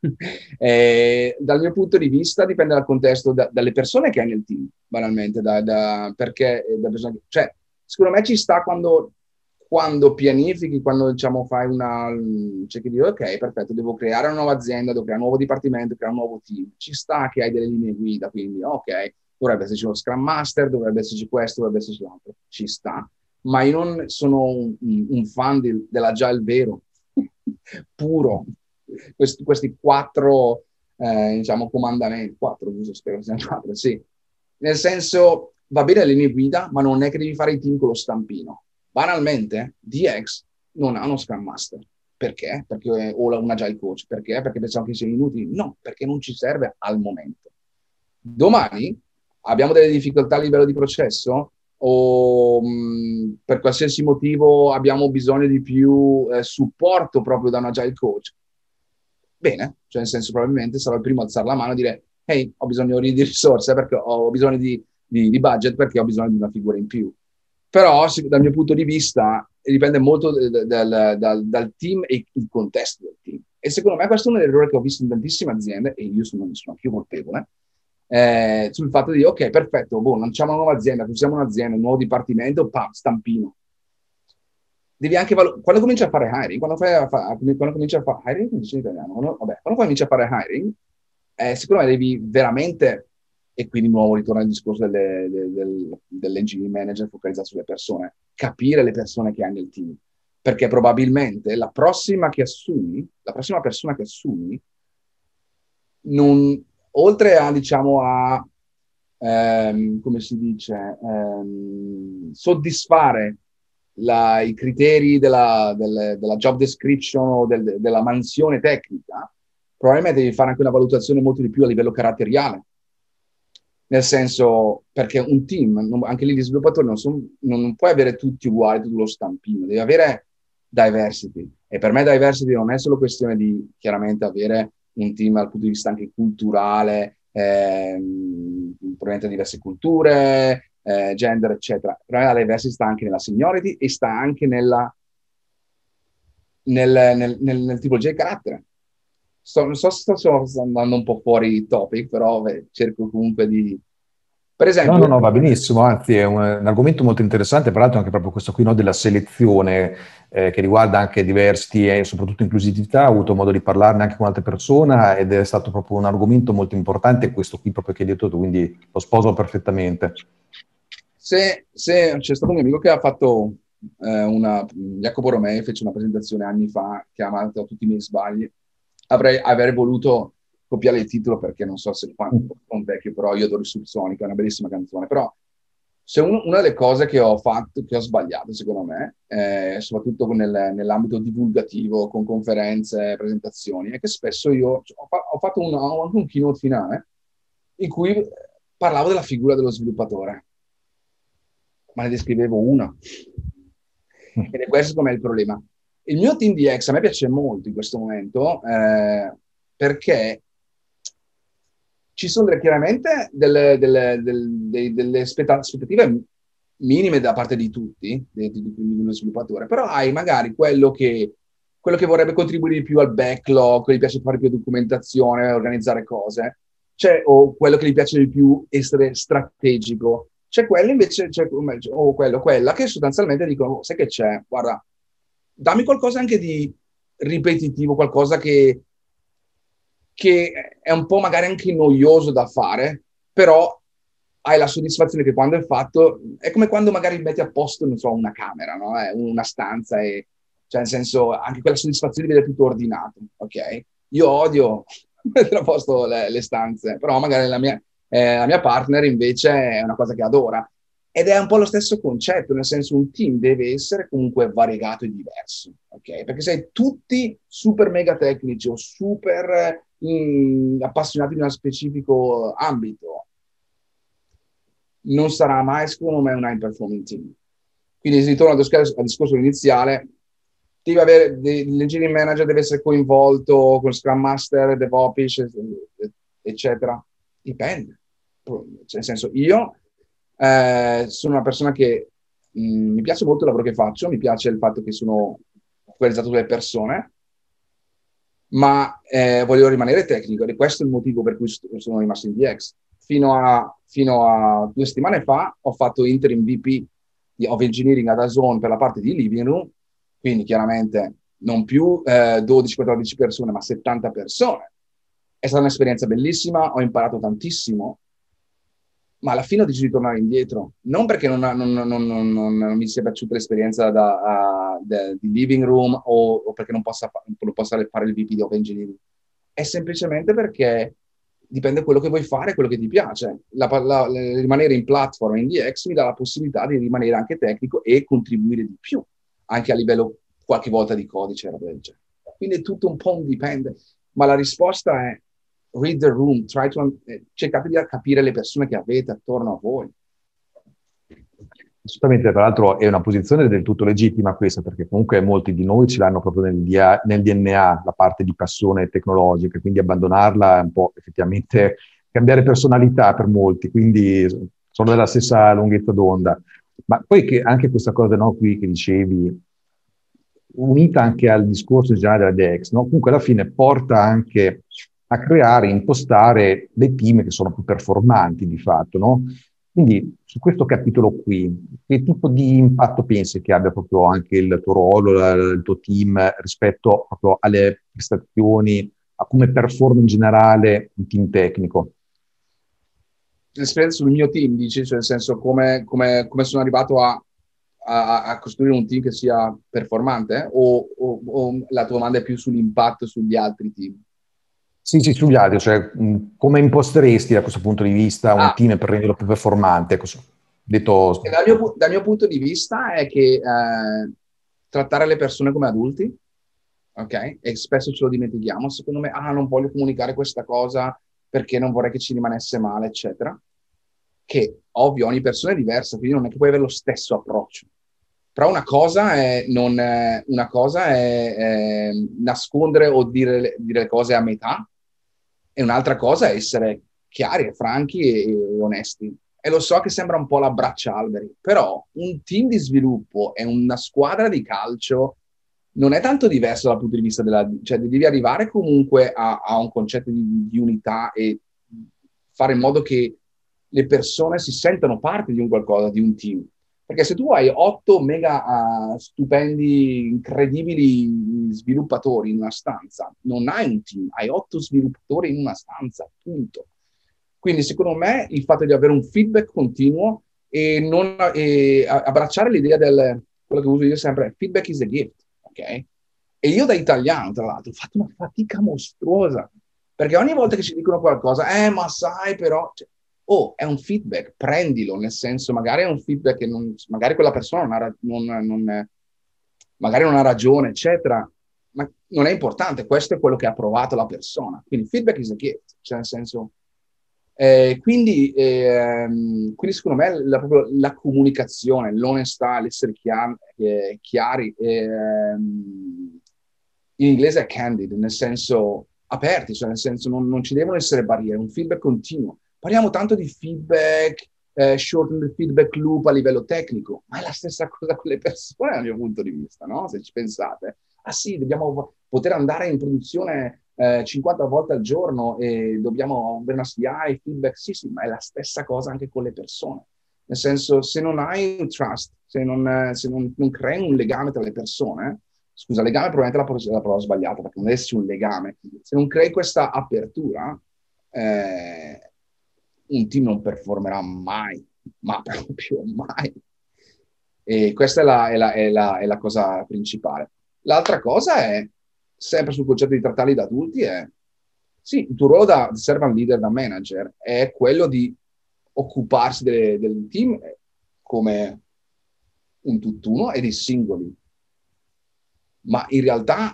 Dal mio punto di vista dipende dal contesto, dalle persone che hai nel team, banalmente, perché cioè, secondo me ci sta quando pianifichi, quando diciamo c'è che dire, ok, perfetto, devo creare una nuova azienda, devo creare un nuovo dipartimento, creare un nuovo team. Ci sta che hai delle linee guida, quindi ok, dovrebbe esserci lo Scrum Master, dovrebbe esserci questo, dovrebbe esserci l'altro. Ci sta. Ma io non sono un fan dell'agile vero, puro. Questi quattro, diciamo, comandamenti, quattro, spero siano quattro, sì. Nel senso, va bene le linee guida, ma non è che devi fare i team con lo stampino. Banalmente, DX non ha uno Scrum Master. Perché? O un Agile Coach. Perché? Perché pensavo che siano inutili? No, perché non ci serve al momento. Domani abbiamo delle difficoltà a livello di processo o per qualsiasi motivo abbiamo bisogno di più supporto proprio da un Agile Coach. Bene, cioè nel senso probabilmente sarò il primo a alzare la mano e dire hey, ho bisogno di risorse perché ho bisogno di budget perché ho bisogno di una figura in più. Però dal mio punto di vista dipende molto dal team e il contesto del team. E secondo me questo è un errore che ho visto in tantissime aziende, e io sono più colpevole, sul fatto di ok, perfetto, lanciamo una nuova azienda, usiamo un'azienda, un nuovo dipartimento, stampino. Devi anche quando cominci a fare hiring, quando cominci a fare hiring, in italiano, quando cominci a fare hiring, secondo me devi veramente, e qui di nuovo ritorna al discorso dell'engineering manager focalizzato sulle persone, capire le persone che hai nel team, perché probabilmente la prossima persona che assumi, oltre a, diciamo, come si dice, soddisfare i criteri della job description o della mansione tecnica, probabilmente devi fare anche una valutazione molto di più a livello caratteriale. Nel senso, perché un team, anche lì gli sviluppatori non puoi avere tutti uguali, tutto lo stampino, devi avere diversity. E per me diversity non è solo questione di chiaramente avere un team dal punto di vista anche culturale, proveniente da diverse culture, gender, eccetera. Però la diversità sta anche nella seniority e sta anche nel tipologia di carattere. Non so se sto andando un po' fuori topic, però cerco comunque di... Per esempio... No, va benissimo, anzi è un argomento molto interessante, peraltro anche proprio questo qui, no, della selezione che riguarda anche diversity e soprattutto inclusività. Ho avuto modo di parlarne anche con altre persone ed è stato proprio un argomento molto importante, questo qui proprio che hai detto tu, quindi lo sposo perfettamente. Se c'è stato un mio amico che ha fatto Jacopo Romei fece una presentazione anni fa chiamata Tutti i miei sbagli, avrei voluto copiare il titolo perché non so se quanto è un vecchio, però io adoro il Subsonica, è una bellissima canzone, però se una delle cose che ho fatto, che ho sbagliato secondo me, soprattutto nell'ambito divulgativo, con conferenze, presentazioni, è che spesso io ho fatto anche un keynote finale in cui parlavo della figura dello sviluppatore, ma ne descrivevo una. Ed è questo secondo me il problema. Il mio team di X a me piace molto in questo momento perché ci sono chiaramente delle aspettative minime da parte di tutti, dello sviluppatore, però hai magari quello che vorrebbe contribuire di più al backlog, che gli piace fare più documentazione, organizzare cose, o quello che gli piace di più essere strategico. C'è quello invece, o quella che sostanzialmente dicono, sai che c'è, guarda, dammi qualcosa anche di ripetitivo, qualcosa che è un po' magari anche noioso da fare, però hai la soddisfazione che quando è fatto, è come quando magari metti a posto, non so, una camera, no? Una stanza, cioè nel senso, anche quella soddisfazione di vedere tutto ordinato, ok? Io odio mettere a posto le stanze, però magari la mia partner invece è una cosa che adora. Ed è un po' lo stesso concetto, nel senso un team deve essere comunque variegato e diverso, ok? Perché se tutti super mega tecnici o super appassionati di uno specifico ambito, non sarà mai, secondo me, un high performing team. Quindi si ritorna al discorso iniziale, l'engineering manager deve essere coinvolto con Scrum Master, DevOps, eccetera. Dipende. Cioè, nel senso, io sono una persona che mi piace molto il lavoro che faccio, mi piace il fatto che sono focalizzato sulle persone, ma voglio rimanere tecnico ed è questo il motivo per cui sono rimasto in DX. Fino a 2 settimane fa ho fatto interim VP of Engineering ad Azon per la parte di Living Room, quindi chiaramente non più 12-14 persone, ma 70 persone. È stata un'esperienza bellissima, ho imparato tantissimo, ma alla fine ho deciso di tornare indietro, non perché non mi sia piaciuta l'esperienza di Living Room o perché non possa fare il VP of Engineering, è semplicemente perché dipende da quello che vuoi fare, quello che ti piace. Rimanere in platform in DX mi dà la possibilità di rimanere anche tecnico e contribuire di più, anche a livello qualche volta di codice e roba del genere. Quindi è tutto un po' un dipende, ma la risposta è read the room, cercate di capire le persone che avete attorno a voi. Assolutamente, tra l'altro è una posizione del tutto legittima questa, perché comunque molti di noi ce l'hanno proprio nel DNA, la parte di passione tecnologica, quindi abbandonarla è un po' effettivamente cambiare personalità per molti, quindi sono della stessa lunghezza d'onda. Ma poi che anche questa cosa, no, qui che dicevi, unita anche al discorso in generale della DX, no? Comunque alla fine porta anche a creare, impostare dei team che sono più performanti di fatto, no? Quindi su questo capitolo qui, che tipo di impatto pensi che abbia proprio anche il tuo ruolo, il tuo team rispetto proprio alle prestazioni, a come performa in generale un team tecnico? L'esperienza sul mio team, dici, cioè nel senso come sono arrivato a costruire un team che sia performante? O la tua domanda è più sull'impatto sugli altri team? Sì, sugli altri, cioè come imposteresti da questo punto di vista un team per renderlo più performante? Detto... Dal mio punto di vista è che trattare le persone come adulti, ok? E spesso ce lo dimentichiamo, secondo me, non voglio comunicare questa cosa perché non vorrei che ci rimanesse male, eccetera. Che, ovvio, ogni persona è diversa, quindi non è che puoi avere lo stesso approccio. Però una cosa è nascondere o dire le cose a metà, E un'altra cosa è essere chiari e franchi e onesti. E lo so che sembra un po' l'abbraccialberi, però un team di sviluppo e una squadra di calcio non è tanto diverso dal punto di vista cioè devi arrivare comunque a un concetto di unità e fare in modo che le persone si sentano parte di un qualcosa, di un team. Perché se tu hai 8 mega stupendi, incredibili sviluppatori in una stanza, non hai un team, hai 8 sviluppatori in una stanza, punto. Quindi secondo me il fatto di avere un feedback continuo e non abbracciare l'idea del, quello che uso io sempre, feedback is a gift, ok? E io da italiano, tra l'altro, ho fatto una fatica mostruosa, perché ogni volta che ci dicono qualcosa, ma sai però, cioè, oh, è un feedback, prendilo, nel senso, magari è un feedback che magari quella persona magari non ha ragione, eccetera, ma non è importante, questo è quello che ha provato la persona. Quindi feedback is a gift, cioè nel senso... quindi secondo me proprio la comunicazione, l'onestà, l'essere chiari, in inglese è candid, nel senso aperti, cioè nel senso non ci devono essere barriere, un feedback continuo. Parliamo tanto di feedback, shorten the feedback loop a livello tecnico, ma è la stessa cosa con le persone dal mio punto di vista, no? Se ci pensate. Ah sì, dobbiamo poter andare in produzione 50 volte al giorno e dobbiamo avere una CI, feedback, sì, ma è la stessa cosa anche con le persone. Nel senso, se non hai un trust, se non crei un legame tra le persone, scusa, legame probabilmente è la parola sbagliata, perché non deve esserci un legame, se non crei questa apertura, un team non performerà mai, ma proprio mai. E questa è la cosa principale. L'altra cosa è, sempre sul concetto di trattarli da adulti, è sì, il tuo ruolo da servant leader, da manager, è quello di occuparsi del team come un tutt'uno e dei singoli. Ma in realtà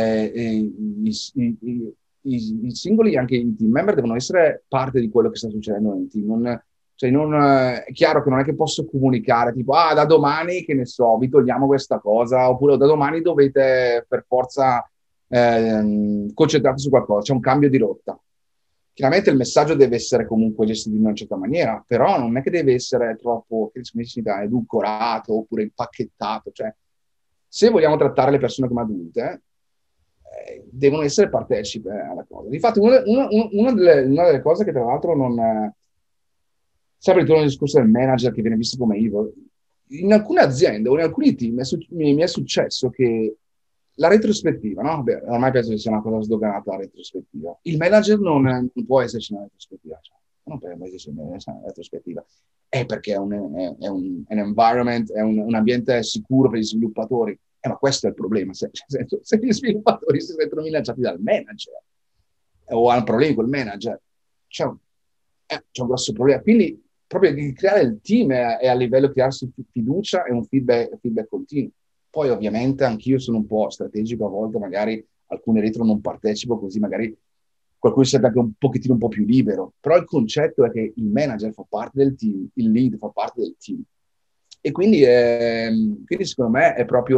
i singoli, anche i team member, devono essere parte di quello che sta succedendo nel team. È chiaro che non è che posso comunicare tipo, da domani, che ne so, vi togliamo questa cosa, oppure da domani dovete per forza concentrarvi su qualcosa, c'è un cambio di rotta. Chiaramente il messaggio deve essere comunque gestito in una certa maniera, però non è che deve essere troppo, che si dice, edulcorato oppure impacchettato. Cioè, se vogliamo trattare le persone come adulte, devono essere partecipe alla cosa. Difatti, una delle cose che tra l'altro non... sempre ritorno al discorso del manager che viene visto come evil. In alcune aziende o in alcuni team mi è successo che la retrospettiva, no? Beh, ormai penso che sia una cosa sdoganata la retrospettiva. Il manager non può esserci nella retrospettiva, cioè, non per esserci nella retrospettiva, è perché è un environment, è un ambiente sicuro per gli sviluppatori. Ma questo è il problema, se gli sviluppatori si sentono minacciati dal manager o hanno problemi col manager, c'è un grosso problema. Quindi proprio di creare il team è a livello di crearsi fiducia e un feedback continuo. Poi ovviamente anch'io sono un po' strategico, a volte magari alcune retro non partecipo, così magari qualcuno si sente anche un pochettino un po' più libero. Però il concetto è che il manager fa parte del team, il lead fa parte del team. E quindi secondo me è proprio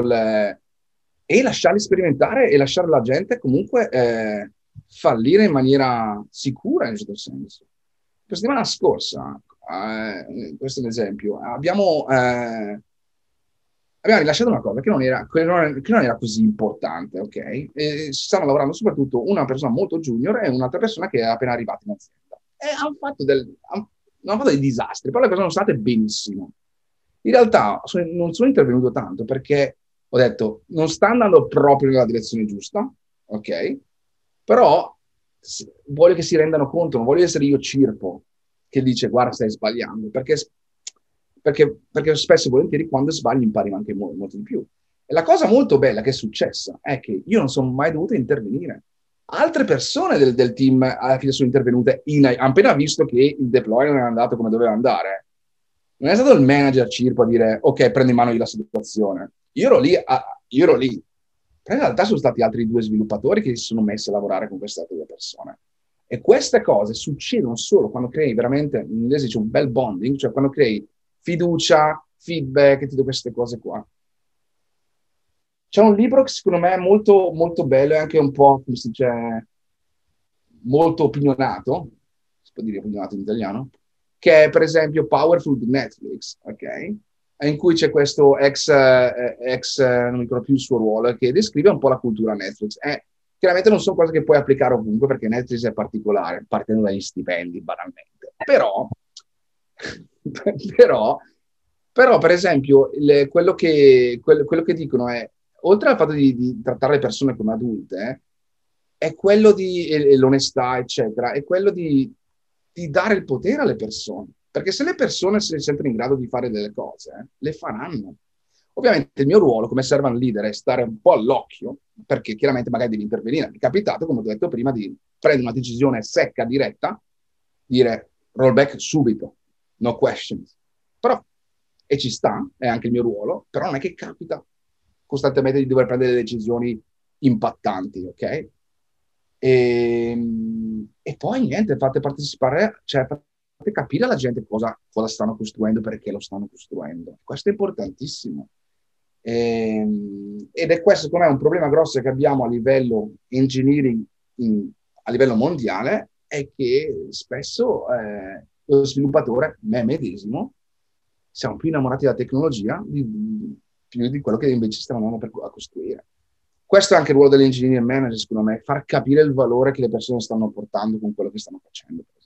e lasciarli sperimentare e lasciare la gente comunque fallire in maniera sicura in un certo senso. La settimana scorsa, questo è un esempio, abbiamo rilasciato una cosa che non era così importante, ok? E stavano lavorando soprattutto una persona molto junior e un'altra persona che è appena arrivata in azienda. E hanno fatto dei disastri, però le cose sono state benissimo. In realtà non sono intervenuto tanto perché ho detto non sta andando proprio nella direzione giusta, ok? Però voglio che si rendano conto, non voglio essere io Cirpo che dice guarda stai sbagliando, perché spesso e volentieri quando sbagli impari anche molto di più. E la cosa molto bella che è successa è che io non sono mai dovuto intervenire. Altre persone del team alla fine sono intervenute appena visto che il deploy non è andato come doveva andare. Non è stato il manager Cirpo a dire ok, prendo in mano io la situazione. Io ero lì. Però in realtà sono stati altri 2 sviluppatori che si sono messi a lavorare con queste altre 2 persone. E queste cose succedono solo quando crei veramente, in inglese c'è un bel bonding, cioè quando crei fiducia, feedback e tutte queste cose qua. C'è un libro che secondo me è molto, molto bello e anche un po', come si dice, molto opinionato, si può dire opinionato in italiano, che è per esempio Powerful di Netflix, ok? In cui c'è questo non mi ricordo più il suo ruolo, che descrive un po' la cultura Netflix. Chiaramente non sono cose che puoi applicare ovunque, perché Netflix è particolare, partendo dagli stipendi, banalmente. Però per esempio, quello che dicono è, oltre al fatto di trattare le persone come adulte, è quello e l'onestà, eccetera, è quello di dare il potere alle persone. Perché se le persone si sentono in grado di fare delle cose, le faranno. Ovviamente il mio ruolo come servant leader è stare un po' all'occhio, perché chiaramente magari devi intervenire. Mi è capitato, come ho detto prima, di prendere una decisione secca, diretta, dire rollback subito, no questions. Però, e ci sta, è anche il mio ruolo, però non è che capita costantemente di dover prendere decisioni impattanti, ok? E poi niente, fate partecipare, cioè fate capire alla gente cosa stanno costruendo, perché lo stanno costruendo. Questo è importantissimo. Ed è questo, secondo me, un problema grosso che abbiamo a livello engineering, a livello mondiale, è che spesso lo sviluppatore, me medesimo, siamo più innamorati della tecnologia più di quello che invece stavamo a costruire. Questo è anche il ruolo dell'engineer manager, secondo me, far capire il valore che le persone stanno portando con quello che stanno facendo, per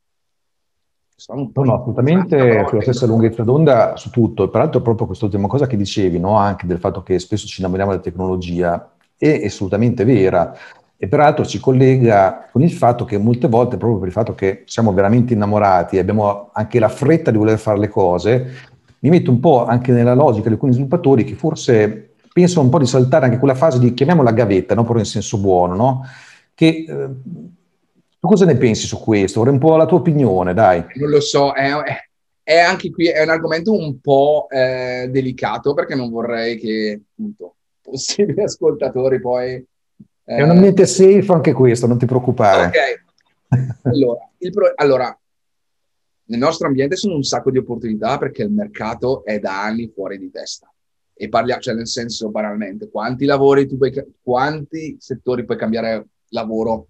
esempio. No, assolutamente sulla stessa lunghezza d'onda su tutto. E peraltro proprio quest'ultima cosa che dicevi, no? Anche del fatto che spesso ci innamoriamo della tecnologia, è assolutamente vera. E peraltro ci collega con il fatto che molte volte, proprio per il fatto che siamo veramente innamorati e abbiamo anche la fretta di voler fare le cose, mi metto un po' anche nella logica di alcuni sviluppatori che forse pensano un po' di saltare anche quella fase di, chiamiamola gavetta, no? Proprio in senso buono, no? Che... tu cosa ne pensi su questo? Vorrei un po' la tua opinione, dai. Non lo so, è anche qui è un argomento un po' delicato, perché non vorrei che appunto possibili ascoltatori poi... È un ambiente safe anche questo, non ti preoccupare. Ok, allora, nel nostro ambiente sono un sacco di opportunità, perché il mercato è da anni fuori di testa. E parliamo, cioè nel senso, banalmente, quanti settori puoi cambiare lavoro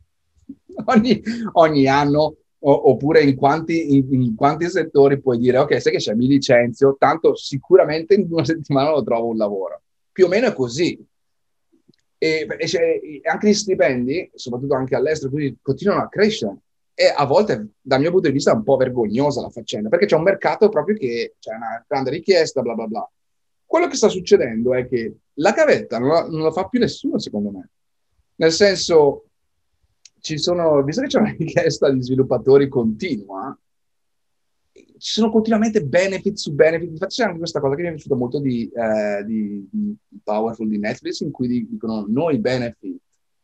ogni anno, oppure in quanti settori puoi dire ok, sai che c'è, mi licenzio, tanto sicuramente in 1 settimana lo trovo un lavoro. Più o meno è così. E anche gli stipendi, soprattutto anche all'estero, quindi continuano a crescere. E a volte, dal mio punto di vista, è un po' vergognosa la faccenda, perché c'è un mercato proprio che c'è una grande richiesta, bla bla bla. Quello che sta succedendo è che la gavetta non la fa più nessuno, secondo me. Nel senso, visto che c'è una richiesta di sviluppatori continua, ci sono continuamente benefit su benefit. Infatti c'è anche questa cosa che mi è piaciuta molto di Powerful di Netflix, in cui dicono noi benefit.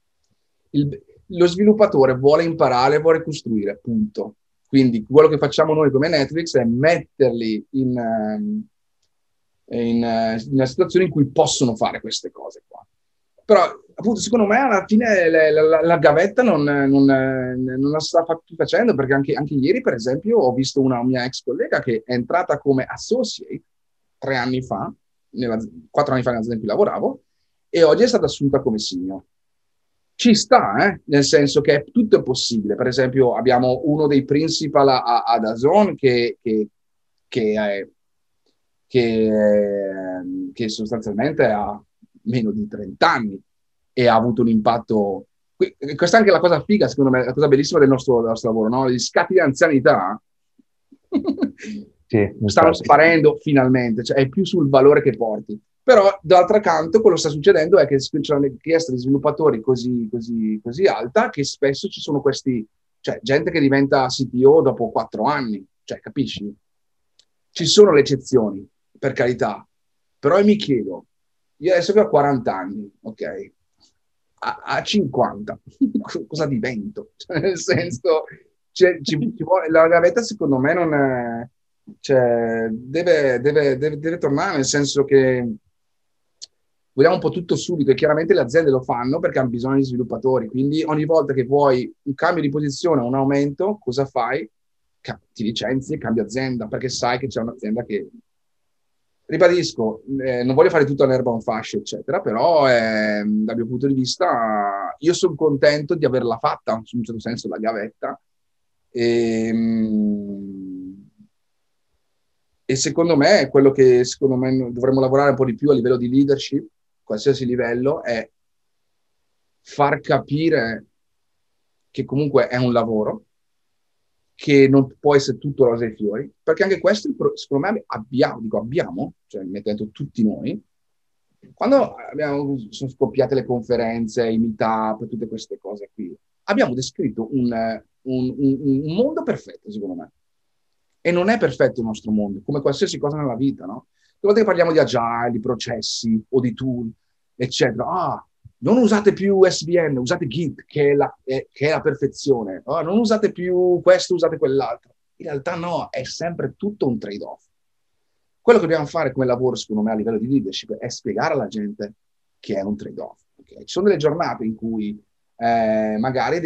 Lo sviluppatore vuole imparare, vuole costruire, punto. Quindi quello che facciamo noi come Netflix è metterli in una situazione in cui possono fare queste cose qua. Però, appunto, secondo me alla fine la gavetta non la sta più facendo, perché anche ieri, per esempio, ho visto una mia ex collega che è entrata come associate 3 anni fa, 4 anni fa nell'azienda in cui lavoravo, e oggi è stata assunta come senior. Ci sta, nel senso che tutto è possibile. Per esempio, abbiamo uno dei principal a DAZN che sostanzialmente ha meno di 30 anni e ha avuto un impatto. Questa è anche la cosa figa, secondo me, la cosa bellissima del nostro lavoro, no? Gli scatti di anzianità stanno sparendo finalmente, cioè è più sul valore che porti. Però, d'altro canto, quello che sta succedendo è che c'è una richiesta di sviluppatori così alta, che spesso ci sono cioè gente che diventa CTO dopo 4 anni, cioè, capisci? Ci sono le eccezioni, per carità, però io mi chiedo, io adesso che ho 40 anni, ok, a 50, cosa divento? Cioè, nel senso, la gavetta secondo me non è, cioè, deve tornare, nel senso che vogliamo un po' tutto subito, e chiaramente le aziende lo fanno perché hanno bisogno di sviluppatori, quindi ogni volta che vuoi un cambio di posizione o un aumento, cosa fai? Ti licenzi e cambi azienda, perché sai che c'è un'azienda che... Ribadisco, non voglio fare tutto all'erba un fascio, eccetera, però dal mio punto di vista io sono contento di averla fatta, in un certo senso, la gavetta. E secondo me è quello che secondo me dovremmo lavorare un po' di più a livello di leadership, qualsiasi livello, è far capire che comunque è un lavoro, che non può essere tutto rose e fiori, perché anche questo, secondo me, abbiamo, cioè mettendo tutti noi, quando sono scoppiate le conferenze, i meetup, tutte queste cose qui, abbiamo descritto un mondo perfetto, secondo me. E non è perfetto il nostro mondo, come qualsiasi cosa nella vita, no? Tutte volte che parliamo di agile, di processi o di tool, eccetera, non usate più SVN, usate Git, che è la perfezione. Non usate più questo, usate quell'altro. In realtà no, è sempre tutto un trade-off. Quello che dobbiamo fare come lavoro, secondo me, a livello di leadership, è spiegare alla gente che è un trade-off. Okay? Ci sono delle giornate in cui magari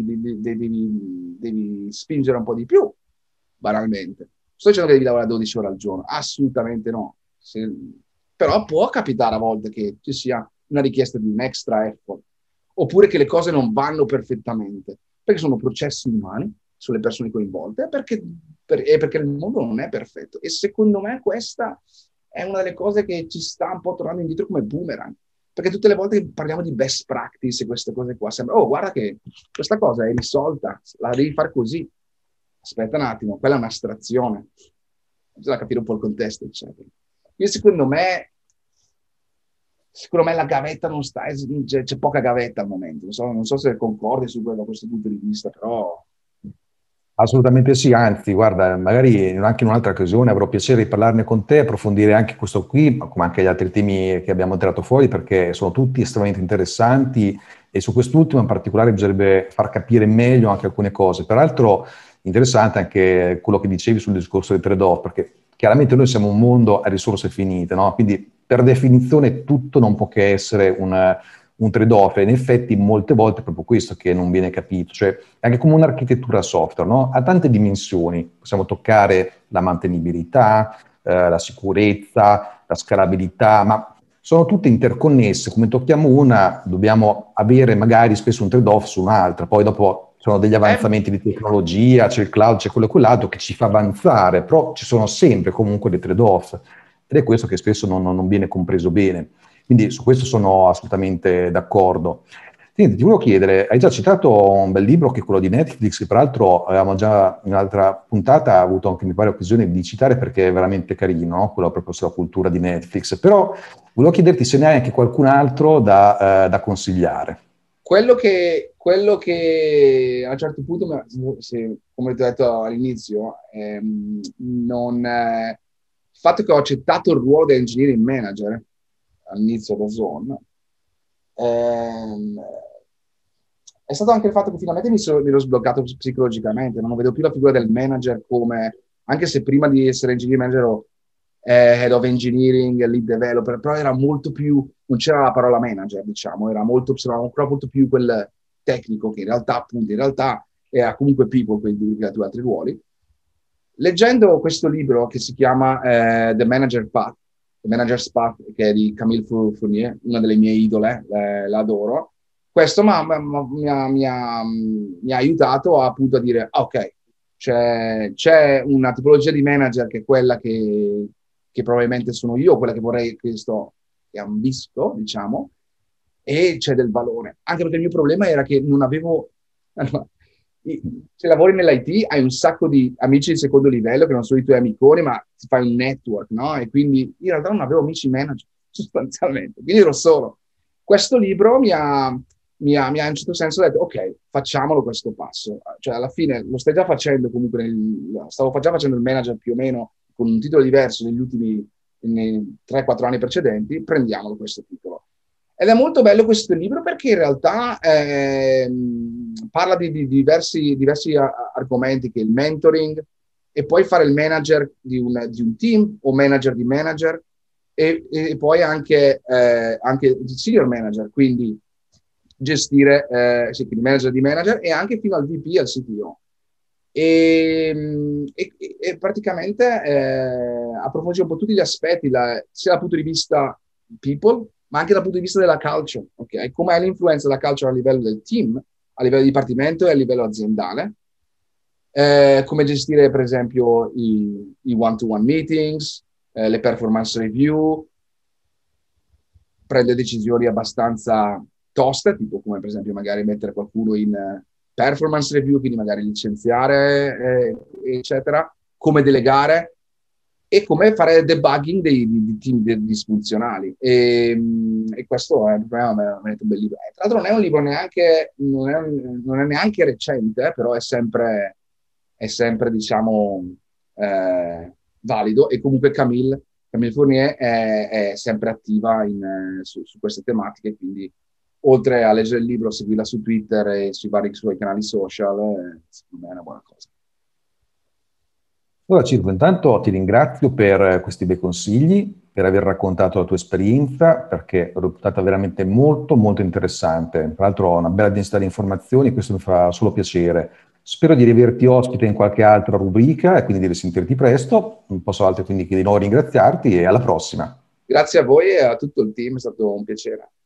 devi spingere un po' di più, banalmente. Sto dicendo che devi lavorare 12 ore al giorno, assolutamente no. Però può capitare a volte che ci sia una richiesta di un extra effort, oppure che le cose non vanno perfettamente, perché sono processi umani, sono le persone coinvolte, perché il mondo non è perfetto. E secondo me questa è una delle cose che ci sta un po' tornando indietro come boomerang, perché tutte le volte che parliamo di best practice e queste cose qua, sembra, guarda che questa cosa è risolta, la devi fare così. Aspetta un attimo, quella è un'astrazione. Bisogna capire un po' il contesto, eccetera. Quindi secondo me la gavetta non sta, c'è poca gavetta al momento. Non so se concordi da questo punto di vista, però... Assolutamente sì, anzi, guarda, magari anche in un'altra occasione avrò piacere di parlarne con te, approfondire anche questo qui, ma come anche gli altri temi che abbiamo tirato fuori, perché sono tutti estremamente interessanti e su quest'ultimo in particolare bisognerebbe far capire meglio anche alcune cose. Peraltro interessante anche quello che dicevi sul discorso dei trade-off, perché chiaramente noi siamo un mondo a risorse finite, no? Quindi per definizione tutto non può che essere un trade-off, e in effetti molte volte è proprio questo che non viene capito, cioè è anche come un'architettura software, no? Ha tante dimensioni, possiamo toccare la mantenibilità, la sicurezza, la scalabilità, ma sono tutte interconnesse, come tocchiamo una dobbiamo avere magari spesso un trade-off su un'altra, poi dopo sono degli avanzamenti di tecnologia, c'è il cloud, c'è quello e quell'altro che ci fa avanzare, però ci sono sempre comunque dei trade-off, ed è questo che spesso non viene compreso bene. Quindi su questo sono assolutamente d'accordo. Senti, ti volevo chiedere, hai già citato un bel libro che è quello di Netflix, che peraltro avevamo già in un'altra puntata avuto anche mi pare occasione di citare perché è veramente carino, no? Quello proprio sulla cultura di Netflix. Però volevo chiederti se ne hai anche qualcun altro da consigliare. Quello che a un certo punto, come ti ho detto all'inizio, il fatto che ho accettato il ruolo di engineering manager all'inizio da Zone, è stato anche il fatto che finalmente mi ero sbloccato psicologicamente, non vedo più la figura del manager come, anche se prima di essere engineering manager ero head of engineering, lead developer, però era molto più, non c'era la parola manager, diciamo, sembrava ancora molto più quel tecnico che in realtà era comunque people, quindi due altri ruoli. Leggendo questo libro che si chiama The Manager's Path, che è di Camille Fournier, una delle mie idole, l'adoro, questo mi ha aiutato appunto a dire, ok, c'è una tipologia di manager che è quella che probabilmente sono io, quella che ambisco, diciamo, e c'è del valore. Anche perché il mio problema era che non avevo... Se lavori nell'IT hai un sacco di amici di secondo livello che non sono i tuoi amiconi, ma ti fai un network, no? E quindi in realtà non avevo amici manager, sostanzialmente. Quindi ero solo. Questo libro mi ha in un certo senso detto, ok, facciamolo questo passo. Cioè alla fine lo stai già facendo comunque, stavo già facendo il manager più o meno con un titolo diverso nei 3-4 anni precedenti, prendiamolo questo titolo. Ed è molto bello questo libro perché in realtà parla di diversi argomenti, che il mentoring, e poi fare il manager di un team o manager di manager, e poi anche il senior manager, quindi gestire quindi manager di manager, e anche fino al VP, al CTO. E praticamente approfondisce un po' tutti gli aspetti, sia dal punto di vista people, ma anche dal punto di vista della culture, ok? Come è l'influenza della culture a livello del team, a livello di dipartimento e a livello aziendale. Come gestire, per esempio, i one-to-one meetings, le performance review, prendere decisioni abbastanza toste, tipo come per esempio magari mettere qualcuno in performance review, quindi magari licenziare, eccetera, come delegare e come fare debugging di team disfunzionali. E questo è veramente un bel libro. Tra l'altro non è un libro neanche, non è neanche recente, però è sempre diciamo, valido. E comunque Camille Fournier è sempre attiva su queste tematiche, quindi oltre a leggere il libro, seguirla su Twitter e sui vari suoi canali social, secondo me è una buona cosa. Allora Circo, intanto ti ringrazio per questi bei consigli, per aver raccontato la tua esperienza, perché l'ho reputata veramente molto molto interessante. Tra l'altro ho una bella densità di informazioni, questo mi fa solo piacere. Spero di riaverti ospite in qualche altra rubrica e quindi di risentirti presto. Non posso altro quindi che di nuovo ringraziarti e alla prossima. Grazie a voi e a tutto il team, è stato un piacere.